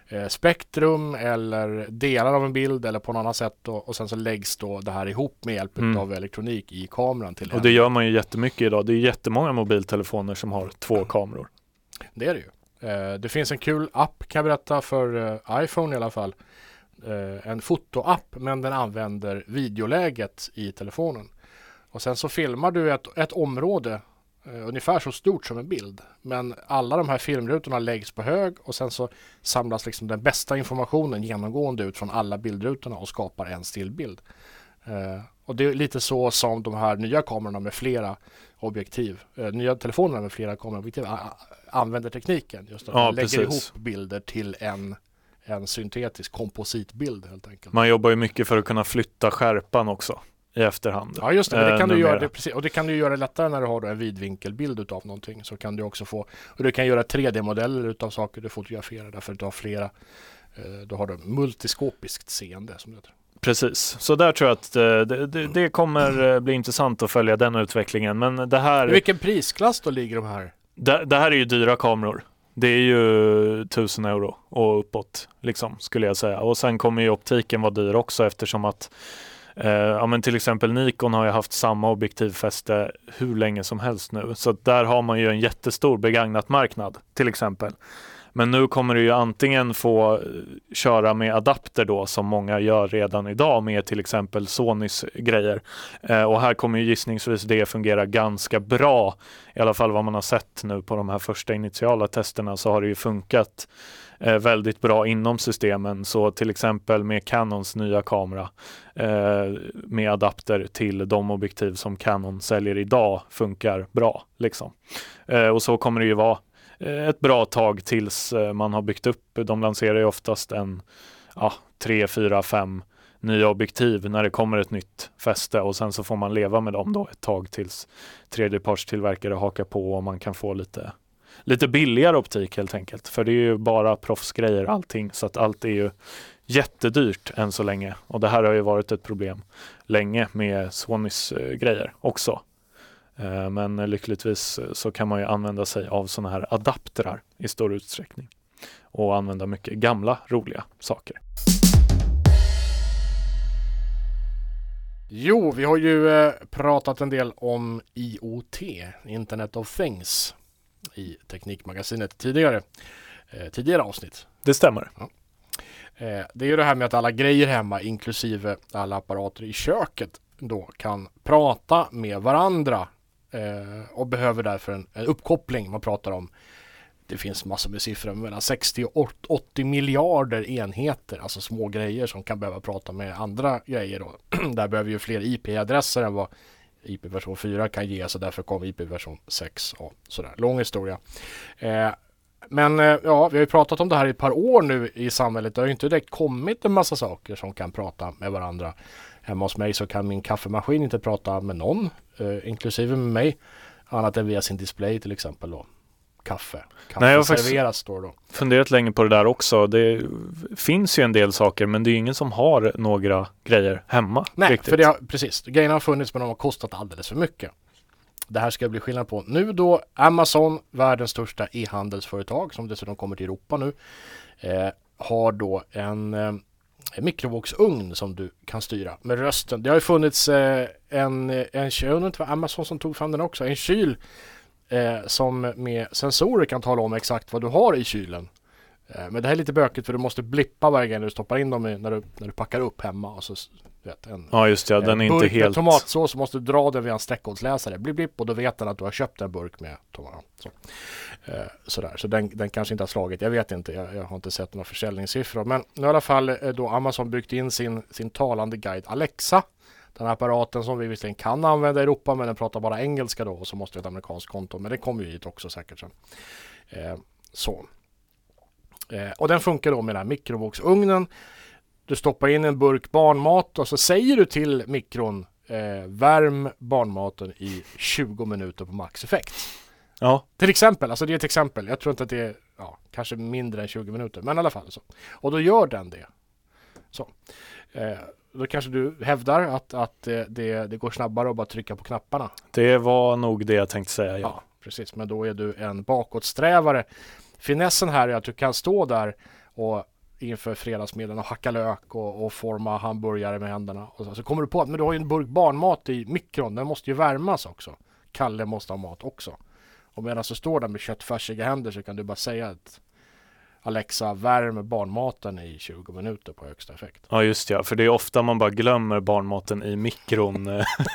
spektrum eller delar av en bild eller på något annat sätt, och, och sen så läggs då det här ihop med hjälp mm. av elektronik i kameran. Till och det gör man ju jättemycket idag. Det är jättemånga mobiltelefoner som har två kameror. Det är det ju. Eh, det finns en kul app, kan jag berätta, för eh, iPhone i alla fall. Eh, en fotoapp, men den använder videoläget i telefonen. Och sen så filmar du ett, ett område Uh, ungefär så stort som en bild. Men alla de här filmrutorna läggs på hög och sen så samlas liksom den bästa informationen genomgående ut från alla bildrutorna och skapar en stillbild. Uh, och det är lite så som de här nya kamerorna med flera objektiv, uh, nya telefonerna med flera kameraobjektiv uh, använder tekniken. Just att ja, man lägger precis. ihop bilder till en, en syntetisk kompositbild helt enkelt. Man jobbar ju mycket för att kunna flytta skärpan också i efterhand. Ja, just det, men det kan du göra det, precis, och det kan du göra lättare när du har en vidvinkelbild utav någonting. Så kan du också få, och du kan göra tre D-modeller utav saker du fotograferar, därför att du har flera, eh, då har du multiskopiskt seende som det heter. Precis, så där tror jag att det, det, det kommer bli intressant att följa den utvecklingen. Men det här... I vilken prisklass då ligger de här? Det, det här är ju dyra kameror. Det är ju tusen euro och uppåt, liksom, skulle jag säga. Och sen kommer ju optiken vara dyr också, eftersom att Uh, ja, men till exempel Nikon har ju haft samma objektivfäste hur länge som helst nu. Så där har man ju en jättestor begagnat marknad till exempel. Men nu kommer du ju antingen få köra med adapter då, som många gör redan idag med till exempel Sonys grejer. Uh, och här kommer ju gissningsvis det fungera ganska bra. I alla fall vad man har sett nu på de här första initiala testerna, så har det ju funkat Eh, väldigt bra inom systemen. Så till exempel med Canons nya kamera eh, med adapter till de objektiv som Canon säljer idag funkar bra. Liksom. Eh, och så kommer det ju vara eh, ett bra tag tills eh, man har byggt upp. De lanserar ju oftast en ja, tre, fyra, fem nya objektiv när det kommer ett nytt fäste, och sen så får man leva med dem då ett tag tills tredjepartstillverkare hakar på och man kan få lite Lite billigare optik helt enkelt. För det är ju bara proffsgrejer allting. Så att allt är ju jättedyrt än så länge. Och det här har ju varit ett problem länge med Sonys eh, grejer också. Eh, men lyckligtvis så kan man ju använda sig av såna här adaptrar i stor utsträckning. Och använda mycket gamla roliga saker. Jo, vi har ju eh, pratat en del om I O T, Internet of Things, i Teknikmagasinet tidigare, eh, tidigare avsnitt. Det stämmer. Ja. Eh, det är ju det här med att alla grejer hemma, inklusive alla apparater i köket, då kan prata med varandra eh, och behöver därför en, en uppkoppling. Man pratar om, det finns massor med siffror, mellan sextio och åttio miljarder enheter, alltså små grejer som kan behöva prata med andra grejer då. Där behöver ju fler I P-adresser än vad I P-version fyra kan ge, så därför kom I P-version sex och sådär. Lång historia. Eh, men eh, ja, vi har ju pratat om det här i ett par år nu i samhället. Det har ju inte direkt kommit en massa saker som kan prata med varandra. Hemma hos mig så kan min kaffemaskin inte prata med någon, eh, inklusive med mig, annat än via sin display till exempel då. kaffe. Kaffe Nej, jag har serveras står då. Funderat länge på det där också. Det finns ju en del saker, men det är ingen som har några grejer hemma. Nej, riktigt. för det har, precis. Grejerna har funnits, men de har kostat alldeles för mycket. Det här ska bli skillnad på. Nu då Amazon, världens största e-handelsföretag som dessutom kommer till Europa nu, eh, har då en, eh, en mikrovågsugn som du kan styra med rösten. Det har ju funnits eh, en, en kyl, det var Amazon som tog fram den också, en kyl eh, som med sensorer kan tala om exakt vad du har i kylen. Eh, men det här är lite bökigt för du måste blippa varje gång du stoppar in dem i, när, du, när du packar upp hemma. Och så, vet, en, ja just det, den är inte helt... tomatsås så måste du dra den via en streckkodsläsare. Blipp, blipp, och då vet den att du har köpt en burk med tomater. Så, eh, sådär. Så den, den kanske inte har slagit. Jag vet inte, jag, jag har inte sett några försäljningssiffror. Men nu i alla fall eh, då Amazon byggt in sin, sin talande guide Alexa. Den här apparaten som vi visserligen kan använda i Europa, men den pratar bara engelska då, och så måste vi ha ett amerikanskt konto. Men det kommer ju hit också säkert sen. Eh, så. Eh, och den funkar då med den här mikrovågsugnen. Du stoppar in en burk barnmat och så säger du till mikron eh, värm barnmaten i tjugo minuter på maxeffekt. Ja. Till exempel, alltså det är ett exempel. Jag tror inte att det är ja, kanske mindre än tjugo minuter, men i alla fall så. Och då gör den det. Så. Eh, då kanske du hävdar att, att det, det, det går snabbare att bara trycka på knapparna. Det var nog det jag tänkte säga, ja. Ja, precis. Men då är du en bakåtsträvare. Finessen här är att du kan stå där och inför fredagsmiddagen och hacka lök och, och forma hamburgare med händerna. Och så, så kommer du på att men du har ju en burk barnmat i mikron. Den måste ju värmas också. Kalle måste ha mat också. Och medan du står där med köttfärsiga händer så kan du bara säga att Alexa, värm barnmaten i tjugo minuter på högsta effekt. Ja just ja, för det är ofta man bara glömmer barnmaten i mikron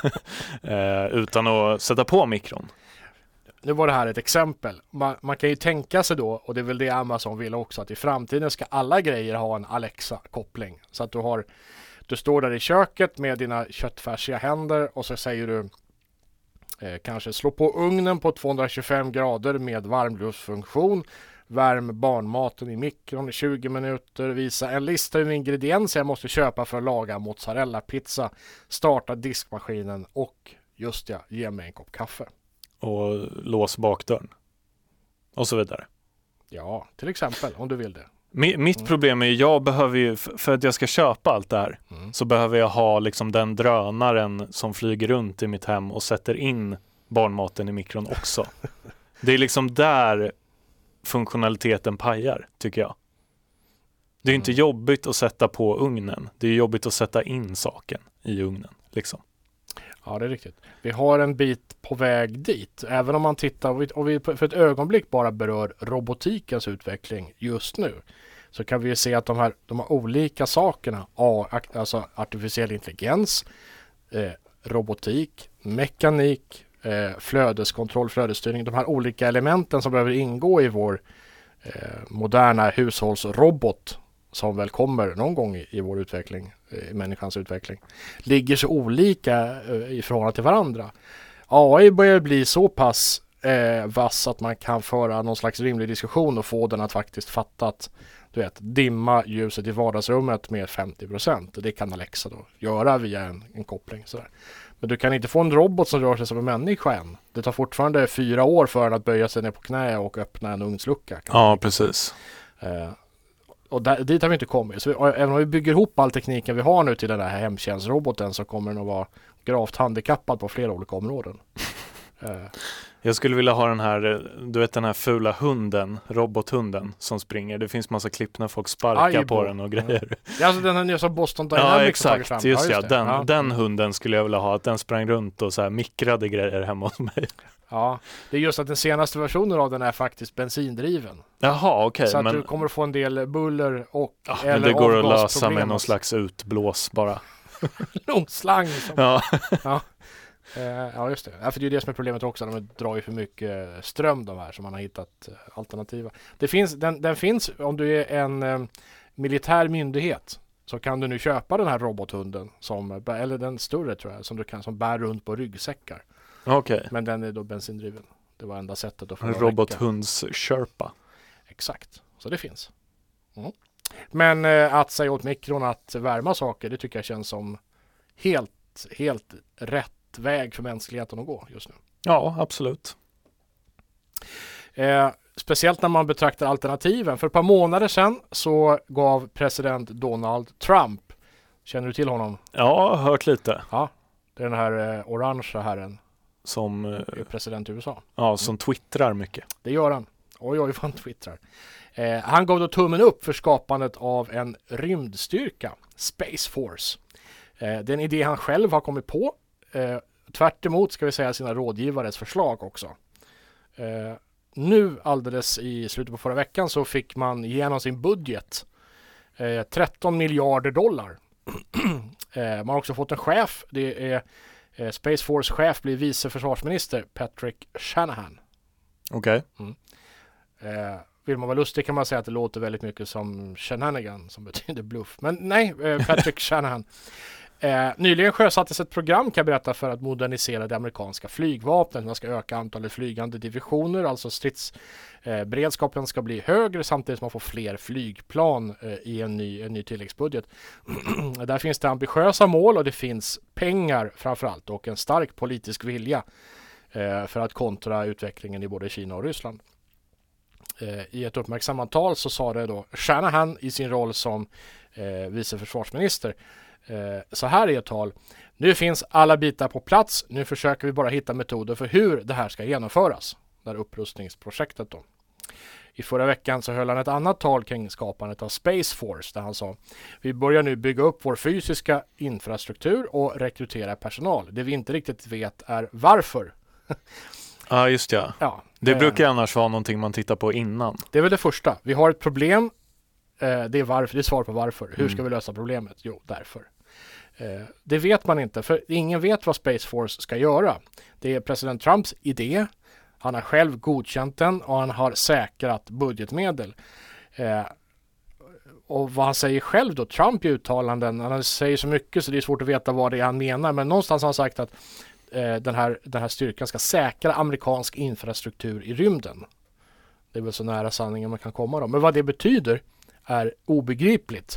eh, utan att sätta på mikron. Nu var det här ett exempel. Man, man kan ju tänka sig då, och det är väl det Amazon vill också, att i framtiden ska alla grejer ha en Alexa-koppling. Så att du har, du står där i köket med dina köttfärsiga händer och så säger du eh, kanske slå på ugnen på tvåhundratjugofem grader med varmluftsfunktion. Värm barnmaten i mikron i tjugo minuter. Visa en lista över ingredienser jag måste köpa för att laga mozzarella-pizza. Starta diskmaskinen och just ja, ge mig en kopp kaffe. Och lås bakdörren. Och så vidare. Ja, till exempel om du vill det. Mi- mitt mm. problem är jag behöver ju, för att jag ska köpa allt det här mm. så behöver jag ha liksom den drönaren som flyger runt i mitt hem och sätter in barnmaten i mikron också. Det är liksom där funktionaliteten pajar, tycker jag. Det är mm. inte jobbigt att sätta på ugnen. Det är jobbigt att sätta in saken i ugnen, liksom. Ja, det är riktigt. Vi har en bit på väg dit. Även om man tittar och vi för ett ögonblick bara berör robotikens utveckling just nu, så kan vi ju se att de här, de här olika sakerna, alltså artificiell intelligens, eh, robotik, mekanik, eh, flödeskontroll, flödesstyrning, de här olika elementen som behöver ingå i vår eh, moderna hushållsrobot som väl kommer någon gång i, i vår utveckling, i människans utveckling, ligger så olika eh, i förhållande till varandra. A I börjar bli så pass eh, vass att man kan föra någon slags rimlig diskussion och få den att faktiskt fatta att du vet, dimma ljuset i vardagsrummet med femtio procent. Det kan Alexa då göra via en, en koppling. Sådär. Men du kan inte få en robot som rör sig som en människa än. Det tar fortfarande fyra år för den att böja sig ner på knä och öppna en ugnslucka. Ja, precis. Eh, och där, dit har vi inte kommit. Så vi, även om vi bygger ihop all tekniken vi har nu till den här hemtjänstroboten, så kommer den att vara gravt handikappad på flera olika områden. eh. Jag skulle vilja ha den här, du vet den här fula hunden, robothunden som springer. Det finns massa klipp när folk sparkar Aibo. på den och grejer. Ja, alltså den här nya som Boston Dynamics. Ja, exakt. Fram. Just, ja, just ja. Den, ja. den hunden skulle jag vilja ha. Att den sprang runt och så här mikrade grejer hemma hos mig. Ja, det är just att den senaste versionen av den är faktiskt bensindriven. Jaha, okej. Okay, så att men... du kommer att få en del buller och ja, eller men det går att lösa med någon slags utblås bara. Någon slang. Som... Ja. ja. Uh, ja, just det. Ja, för det är ju det som är problemet också. De drar ju för mycket ström de här som man har hittat uh, alternativa. Det finns, den, den finns, om du är en um, militär myndighet, så kan du nu köpa den här robothunden som, eller den större tror jag, som du kan som bär runt på ryggsäckar. Okej. Okay. Men den är då bensindriven. Det var enda sättet att få en robothunds Sherpa. Exakt. Så det finns. Mm. Men uh, att säga åt mikron att värma saker, det tycker jag känns som helt, helt rätt väg för mänskligheten att gå just nu. Ja, absolut. Eh, speciellt när man betraktar alternativen. För ett par månader sedan så gav president Donald Trump, känner du till honom? Ja, hört lite. Ja, det är den här eh, orangea herren som är president i U S A. Ja, som twittrar mycket. Det gör han. Oj, oj, vad han twittrar. Eh, han gav då tummen upp för skapandet av en rymdstyrka, Space Force. Eh, det är en idé han själv har kommit på. Eh, tvärt emot, ska vi säga, sina rådgivares förslag också. Eh, nu alldeles i slutet på förra veckan så fick man igenom sin budget eh, tretton miljarder dollar. eh, man har också fått en chef. Det är eh, Space Force chef blir vice försvarsminister Patrick Shanahan. Okej. Okay. Mm. Eh, vill man vara lustig kan man säga att det låter väldigt mycket som Shenanigan som betyder bluff. Men nej, eh, Patrick Shanahan. Eh, nyligen sjösattes ett program, kan jag berätta, för att modernisera det amerikanska flygvapnet. Man ska öka antalet flygande divisioner, alltså stridsberedskapen eh, ska bli högre samtidigt som man får fler flygplan eh, i en ny, en ny tilläggsbudget. Där finns det ambitiösa mål och det finns pengar framförallt och en stark politisk vilja eh, för att kontra utvecklingen i både Kina och Ryssland. Eh, I ett uppmärksammat tal så sa det då Shanahan i sin roll som eh, vice försvarsminister. Eh, så här är ett tal. Nu finns alla bitar på plats. Nu försöker vi bara hitta metoder för hur det här ska genomföras. Det här upprustningsprojektet då. I förra veckan så höll han ett annat tal kring skapandet av Space Force där han sa: vi börjar nu bygga upp vår fysiska infrastruktur och rekrytera personal. Det vi inte riktigt vet är varför. Ja, just ja. ja det eh, brukar annars vara någonting man tittar på innan. Det är väl det första. Vi har ett problem. Eh, det är varför. Det är svar på varför. Hur ska mm. vi lösa problemet? Jo, därför. Eh, det vet man inte. För ingen vet vad Space Force ska göra. Det är president Trumps idé. Han har själv godkänt den och han har säkrat budgetmedel. Eh, och vad han säger själv då, Trump i uttalanden, han säger så mycket så det är svårt att veta vad det är han menar. Men någonstans har han sagt att eh, den, här, den här styrkan ska säkra amerikansk infrastruktur i rymden. Det är väl så nära sanningen man kan komma då. Men vad det betyder är obegripligt.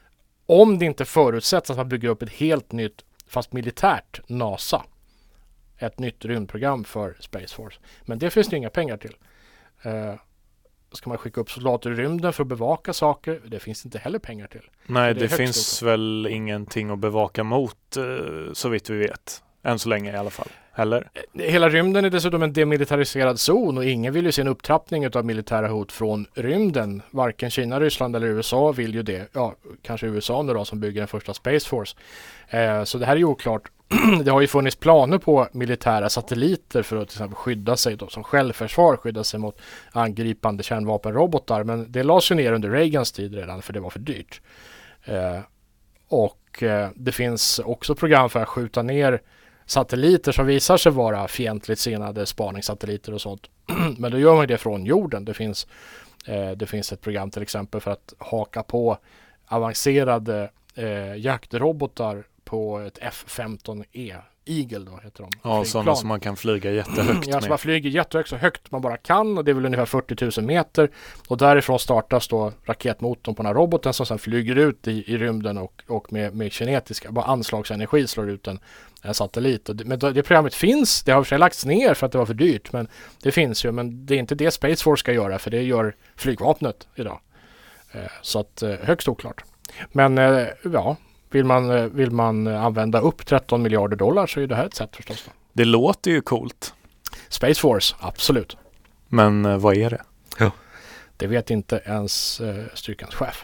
Om det inte förutsätts att man bygger upp ett helt nytt, fast militärt NASA. Ett nytt rymdprogram för Space Force. Men det finns det inga pengar till. Uh, ska man skicka upp soldater i rymden för att bevaka saker? Det finns inte heller pengar till. Nej, det, det finns väl ingenting att bevaka mot, uh, så vitt vi vet. Än så länge i alla fall. Eller? Hela rymden är dessutom en demilitariserad zon och ingen vill ju se en upptrappning av militära hot från rymden. Varken Kina, Ryssland eller U S A vill ju det. Ja, kanske U S A nu då som bygger den första Space Force. Eh, så det här är ju oklart. Det har ju funnits planer på militära satelliter för att till exempel skydda sig då, som självförsvar, skydda sig mot angripande kärnvapenrobotar. Men det lades ju ner under Reagans tid redan för det var för dyrt. Eh, och eh, det finns också program för att skjuta ner satelliter som visar sig vara fientligt sinnade spaningssatelliter och sånt. Men då gör man det från jorden. Det finns, eh, det finns ett program till exempel för att haka på avancerade eh, jaktrobotar på ett F femton E. Eagle då heter de. Ja, sådana som man kan flyga jättehögt ja, med. så man flyger jättehögt så högt man bara kan och det är väl ungefär fyrtio tusen meter. Och därifrån startas då raketmotorn på den här roboten som sedan flyger ut i, i rymden och, och med, med kinetiska, bara anslagsenergi slår ut en, en satellit. Och det, men det programmet finns, det har för sig lagts ner för att det var för dyrt, men det finns ju, men det är inte det Space Force ska göra, för det gör flygvapnet idag. Eh, så att eh, högst oklart. Men eh, ja, Vill man, vill man använda upp tretton miljarder dollar så är det här ett sätt förstås. Då. Det låter ju coolt. Space Force, absolut. Men eh, vad är det? Ja. Det vet inte ens eh, styrkans chef.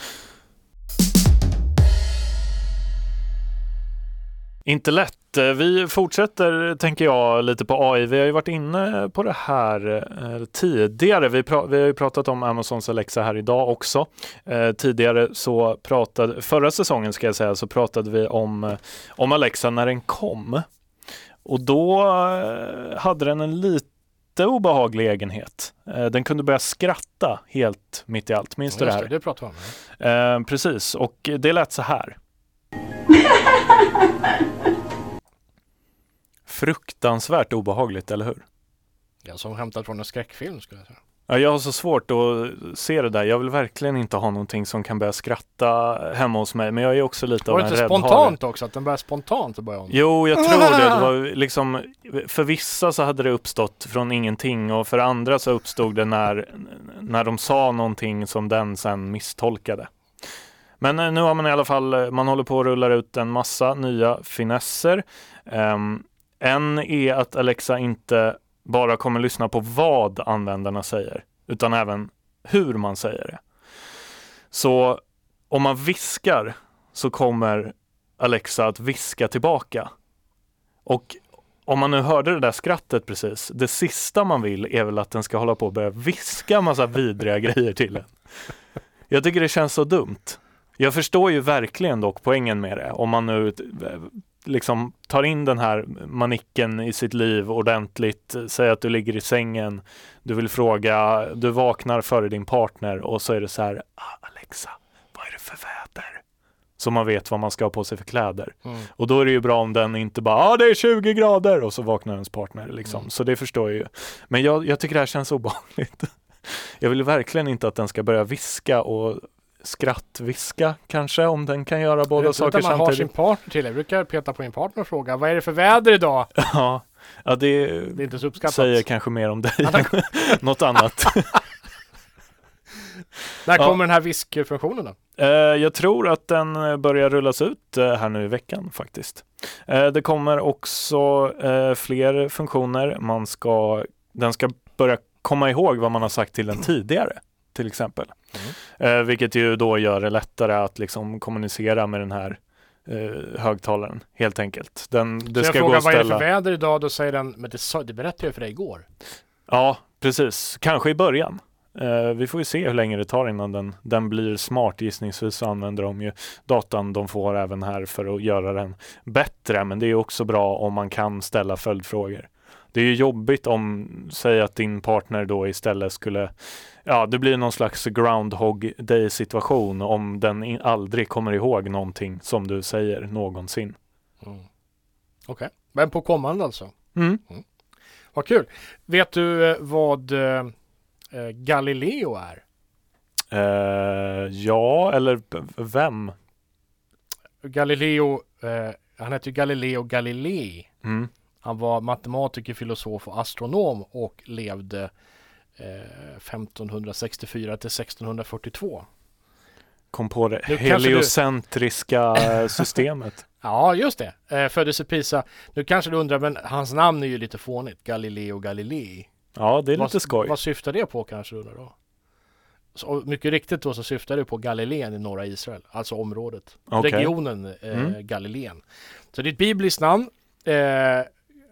Inte lätt. Vi fortsätter, tänker jag, lite på A I. Vi har ju varit inne på det här eh, tidigare. Vi, pra- vi har ju pratat om Amazons Alexa här idag också. Eh, tidigare så pratade, förra säsongen ska jag säga, så pratade vi om, om Alexa när den kom. Och då eh, hade den en lite obehaglig egenhet. Eh, den kunde börja skratta helt mitt i allt. Minns du det här? Det, det pratade vi om. Eh, precis, och det lät så här. Fruktansvärt obehagligt, eller hur? Ja, som hämtat från en skräckfilm skulle jag säga. Ja, jag har så svårt att se det där. Jag vill verkligen inte ha någonting som kan börja skratta hemma hos mig. Men jag är också lite av en räddhare. Var det inte spontant också? Att den börjar spontant att börja om? Jo, jag tror det. det var liksom, för vissa så hade det uppstått från ingenting. Och för andra så uppstod det när, när de sa någonting som den sen misstolkade. Men nu har man i alla fall, man håller på att rulla ut en massa nya finesser. Um, en är att Alexa inte bara kommer lyssna på vad användarna säger, utan även hur man säger det. Så om man viskar så kommer Alexa att viska tillbaka. Och om man nu hörde det där skrattet precis, det sista man vill är väl att den ska hålla på och börja viska massa vidriga grejer till en. Jag tycker det känns så dumt. Jag förstår ju verkligen dock poängen med det. Om man nu liksom tar in den här manicken i sitt liv ordentligt, säger att du ligger i sängen, du vill fråga, du vaknar före din partner och så är det så här, ah, Alexa, vad är det för väder? Så man vet vad man ska ha på sig för kläder. Mm. Och då är det ju bra om den inte bara, ah, det är tjugo grader och så vaknar ens partner liksom. Mm. Så det förstår jag ju. Men jag, jag tycker det här känns obehagligt. Jag vill verkligen inte att den ska börja viska och skrattviska kanske, om den kan göra båda saker man samtidigt. Man har sin partner till. Jag brukar peta på min partner och fråga, vad är det för väder idag? Ja, ja det, det är inte så uppskattat. Säger kanske mer om dig än något annat. När kommer ja. den här viskfunktionen då? Uh, jag tror att den börjar rullas ut uh, här nu i veckan faktiskt. Uh, det kommer också uh, fler funktioner. Man ska, den ska börja komma ihåg vad man har sagt till den tidigare, till exempel. Mm. Uh, vilket ju då gör det lättare att liksom kommunicera med den här uh, högtalaren, helt enkelt. Den, det Så ska jag frågar gå ställa... vad är det för ställa... väder idag? Då säger den, men det, det berättade jag för dig igår. Ja, precis. Kanske i början. Uh, vi får ju se hur länge det tar innan den, den blir smart. Gissningsvis så använder de ju datan de får även här för att göra den bättre. Men det är också bra om man kan ställa följdfrågor. Det är ju jobbigt om, säg att din partner då istället skulle, ja det blir någon slags Groundhog Day situation om den in, aldrig kommer ihåg någonting som du säger någonsin. Mm. Okej, okay. Men på kommande alltså? Mm. Mm. Vad kul. Vet du vad eh, Galileo är? Uh, ja, eller vem? Galileo, eh, han heter Galileo Galilei. Mm. Han var matematiker, filosof och astronom och levde eh, femtonhundrasextiofyra till sextonhundrafyrtiotvå. Kom på det heliocentriska du... systemet. Ja, just det. Eh, föddes i Pisa. Nu kanske du undrar, men hans namn är ju lite fånigt. Galileo Galilei. Ja, det är vad, lite skoj. Vad syftar det på kanske undrar då? Så, mycket riktigt då så syftar det på Galileen i norra Israel. Alltså området. Okay. Regionen eh, mm. Galileen. Så det är ett bibliskt namn. Eh,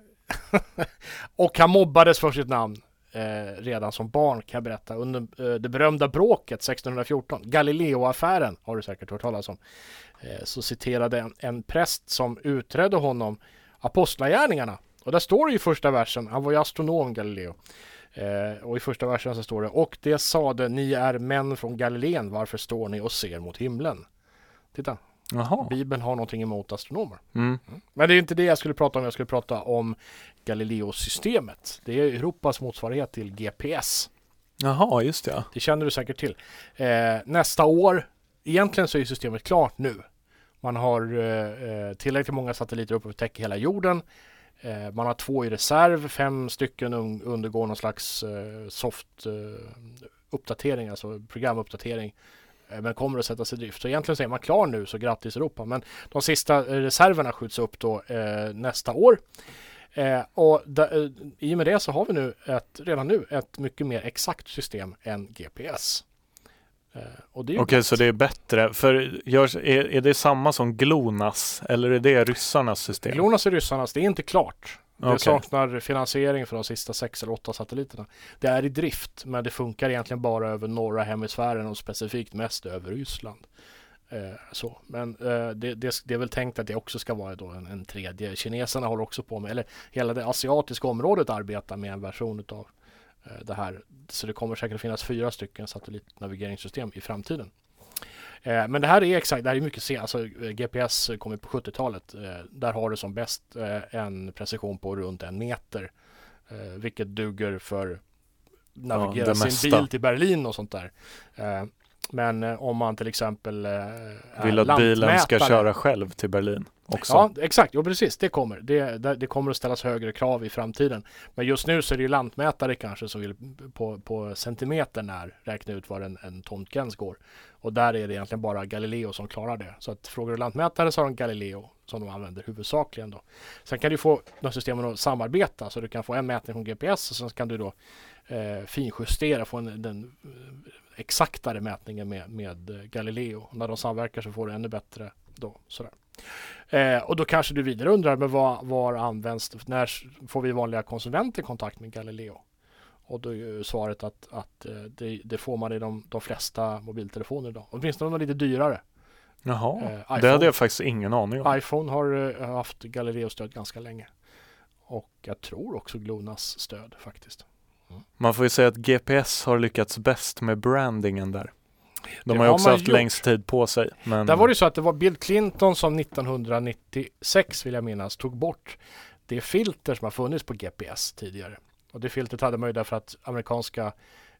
och han mobbades för sitt namn eh, redan som barn, kan jag berätta, under eh, det berömda bråket sextonhundrafjorton, Galileo-affären har du säkert hört talas om. Eh, så citerade en, en präst som utredde honom apostlagärningarna, och där står det i första versen, han var ju astronom Galileo, eh, och i första versen så står det, och det sade, ni är män från Galileen, varför står ni och ser mot himlen? Titta. Jaha. Bibeln har någonting emot astronomer. Mm. Mm. Men det är inte det jag skulle prata om. Jag skulle prata om Galileo-systemet. Det är Europas motsvarighet till G P S. Jaha, just det. Det känner du säkert till. Eh, nästa år, egentligen så är systemet klart nu. Man har eh, tillräckligt många satelliter uppe för att täcka hela jorden. Eh, man har två i reserv. Fem stycken un- undergår någon slags eh, soft eh, uppdatering, alltså programuppdatering. Men kommer att sättas i drift. Så egentligen så är man klar nu, så grattis Europa. Men de sista reserverna skjuts upp då eh, nästa år. Eh, och da, eh, i och med det så har vi nu ett, redan nu ett mycket mer exakt system än G P S. Eh, Okej, okay, så det är bättre. För görs, är, är det samma som GLONASS eller är det ryssarnas system? GLONASS är ryssarnas, det är inte klart. Det okay. saknar finansiering för de sista sex eller åtta satelliterna. Det är i drift, men det funkar egentligen bara över norra hemisfären och specifikt mest över Ryssland. Eh, så. Men eh, det, det, det är väl tänkt att det också ska vara då en, en tredje. Kineserna håller också på med, eller hela det asiatiska området arbetar med en version av eh, det här. Så det kommer säkert finnas fyra stycken satellitnavigeringssystem i framtiden. Eh, men det här är exakt, det här är mycket sen, alltså G P S kommer på sjuttiotalet. Eh, där har det som bäst eh, en precision på runt en meter. Eh, vilket duger för navigera ja, sin mesta. bil till Berlin och sånt där. Eh, men eh, om man till exempel eh, vill att bilen ska köra själv till Berlin också. Ja, exakt. Jo, precis. Det kommer. Det, det, det kommer att ställas högre krav i framtiden. Men just nu så är det ju lantmätare kanske som vill på, på centimeter när räkna ut var en, en tomtgräns går. Och där är det egentligen bara Galileo som klarar det. Så att frågar du lantmätare så har de Galileo som de använder huvudsakligen då. Sen kan du få de systemen att samarbeta, så du kan få en mätning från G P S och sen kan du då eh, finjustera, få en, den exaktare mätningen med, med Galileo. Och när de samverkar så får du ännu bättre då. Sådär. Eh, och då kanske du vidare undrar, men vad, var används, när får vi vanliga konsumenter kontakt med Galileo? Och då är ju svaret att, att det, det får man i de, de flesta mobiltelefoner idag. Åtminstone de lite dyrare. Jaha, eh, iPhone, det hade jag faktiskt ingen aning om. iPhone har uh, haft Galileo-stöd ganska länge. Och jag tror också Glonas stöd faktiskt. Mm. Man får ju säga att G P S har lyckats bäst med brandingen där. De det har ju också haft gjort. längst tid på sig. Men... Där var det så att det var Bill Clinton som nittonhundranittiosex, vill jag minnas, tog bort det filter som har funnits på G P S tidigare. Och det filtret hade man ju därför att amerikanska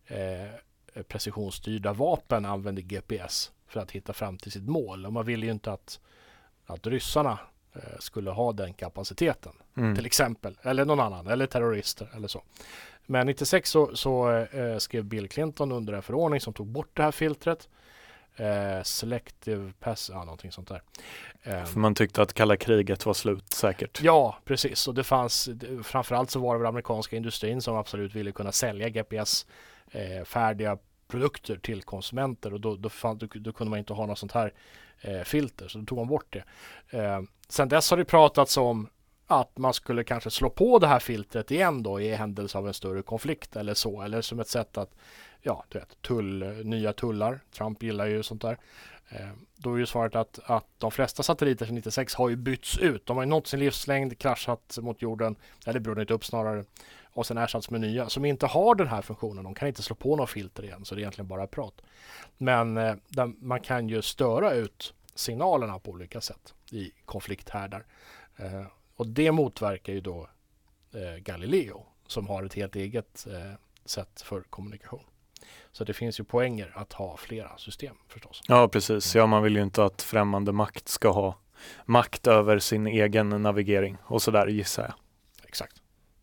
eh, precisionsstyrda vapen använde G P S för att hitta fram till sitt mål. Och man ville ju inte att, att ryssarna eh, skulle ha den kapaciteten. Mm. Till exempel. Eller någon annan. Eller terrorister. Eller så. Men nittiosex så, så eh, skrev Bill Clinton under en förordning som tog bort det här filtret. Eh, selective pass, ja, någonting sånt där. Eh, För man tyckte att kalla kriget var slut säkert. Ja, precis. Och det fanns, framförallt så var det väl amerikanska industrin som absolut ville kunna sälja G P S eh, färdiga produkter till konsumenter. Och då, då, fann, då, då kunde man inte ha något sånt här eh, filter. Så då tog man bort det. Eh, sen dess har det pratats om att man skulle kanske slå på det här filtret igen då i händelse av en större konflikt eller så. Eller som ett sätt att, ja, du vet, tull, nya tullar. Trump gillar ju sånt där. Eh, då är ju svaret att, att de flesta satelliter från nittiosex har ju bytts ut. De har ju nått sin livslängd, kraschat mot jorden, eller brunnit upp snarare, och sen ersatts med nya som inte har den här funktionen. De kan inte slå på några filter igen, så det är egentligen bara prat. Men eh, där, man kan ju störa ut signalerna på olika sätt i konflikthärdar. Eh, och det motverkar ju då eh, Galileo som har ett helt eget eh, sätt för kommunikation. Så det finns ju poänger att ha flera system förstås. Ja, precis. Ja, man vill ju inte att främmande makt ska ha makt över sin egen navigering och så där, gissar jag. Exakt.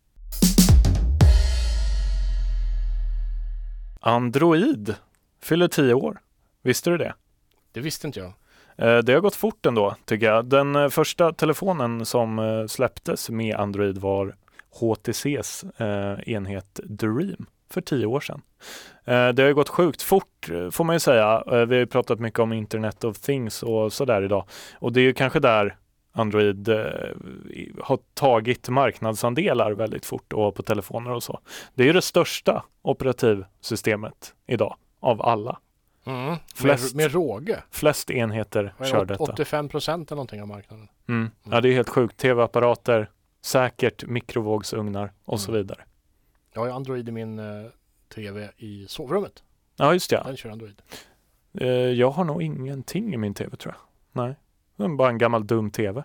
Android fyller tio år. Visste du det? Det visste inte jag. Det har gått fort ändå, tycker jag. Den första telefonen som släpptes med Android var H T C:s enhet Dream för tio år sedan. Det har gått sjukt fort, får man ju säga. Vi har ju pratat mycket om Internet of Things och sådär idag. Och det är ju kanske där Android har tagit marknadsandelar väldigt fort och på telefoner och så. Det är ju det största operativsystemet idag av alla. Mm, flest, med, med råge. Flest enheter kör detta. åttiofem procent eller någonting av marknaden. Mm. Mm. Ja, det är helt sjukt. Tv-apparater, säkert mikrovågsugnar och mm. så vidare. Jag har Android i min uh, tv i sovrummet. Ja, just det. Den kör Android. Uh, jag har nog ingenting i min tv, tror jag. Nej, det är bara en gammal dum tv.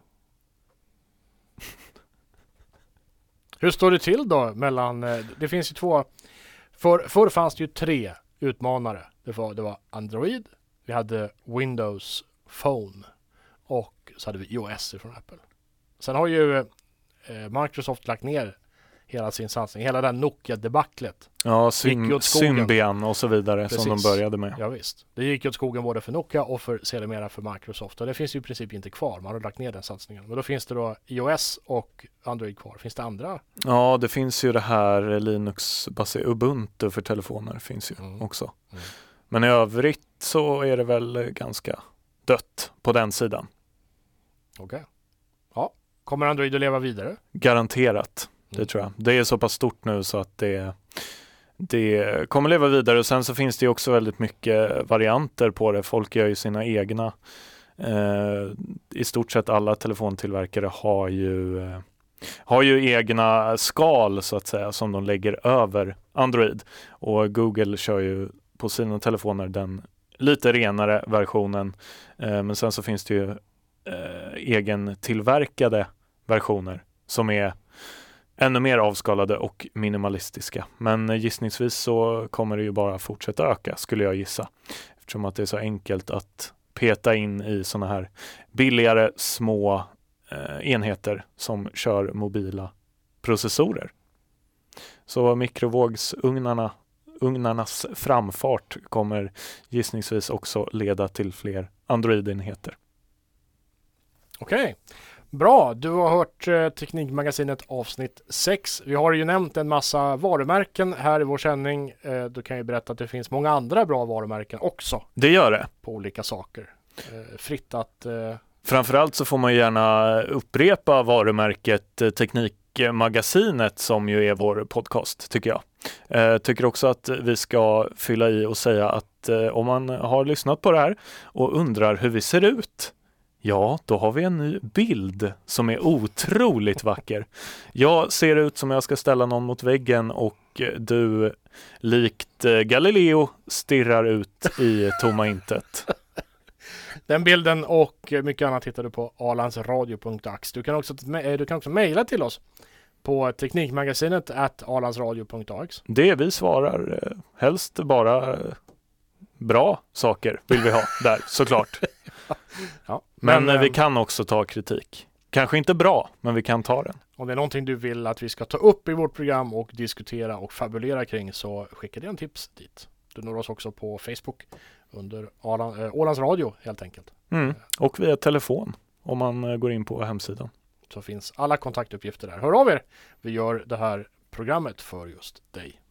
Hur står det till då mellan... Uh, det finns ju två... För, förr fanns det ju tre utmanare. Det var, det var Android, vi hade Windows Phone och så hade vi iOS från Apple. Sen har ju eh, Microsoft lagt ner hela sin satsning, hela den Nokia-debaclet. Ja, Sym- Symbian och så vidare. Precis. Som de började med. Ja, visst. Det gick åt skogen både för Nokia och för sedermera för Microsoft. Och det finns ju i princip inte kvar. Man har lagt ner den satsningen. Men då finns det då iOS och Android kvar. Finns det andra? Ja, det finns ju det här Linux-baserat Ubuntu för telefoner finns ju mm. också. Mm. Men i övrigt så är det väl ganska dött på den sidan. Okej. Okay. Ja, kommer Android att leva vidare? Garanterat. Det tror jag. Det är så pass stort nu så att det, det kommer leva vidare. Och sen så finns det ju också väldigt mycket varianter på det. Folk gör ju sina egna. Eh, I stort sett alla telefontillverkare har ju, eh, har ju egna skal så att säga som de lägger över Android. Och Google kör ju på sina telefoner den lite renare versionen. Eh, men sen så finns det ju eh, egen tillverkade versioner som är ännu mer avskalade och minimalistiska. Men gissningsvis så kommer det ju bara fortsätta öka, skulle jag gissa. Eftersom att det är så enkelt att peta in i såna här billigare små eh, enheter som kör mobila processorer. Så mikrovågsugnarna ugnarnas framfart kommer gissningsvis också leda till fler Android-enheter. Okej. Okay. Bra, du har hört eh, Teknikmagasinet avsnitt sex. Vi har ju nämnt en massa varumärken här i vår sändning. Eh, du kan ju berätta att det finns många andra bra varumärken också. Det gör det. På olika saker. Eh, fritt att... Eh... Framförallt så får man gärna upprepa varumärket eh, Teknikmagasinet som ju är vår podcast, tycker jag. Eh, tycker också att vi ska fylla i och säga att eh, om man har lyssnat på det här och undrar hur vi ser ut, ja, då har vi en ny bild som är otroligt vacker. Jag ser ut som jag ska ställa någon mot väggen och du, likt Galileo, stirrar ut i tomma intet. Den bilden och mycket annat hittar du på arlandsradio punkt ax. Du kan också du kan också mejla till oss på teknikmagasinet at arlandsradio punkt ax. Det vi svarar, helst bara bra saker vill vi ha där, såklart. Ja, men men vi kan också ta kritik. Kanske inte bra, men vi kan ta den. Om det är någonting du vill att vi ska ta upp i vårt program och diskutera och fabulera kring, så skicka dig en tips dit. Du når oss också på Facebook under Åland, äh, Ålands Radio helt enkelt. Mm. Och via telefon om man går in på hemsidan. Så finns alla kontaktuppgifter där. Hör av er! Vi gör det här programmet för just dig.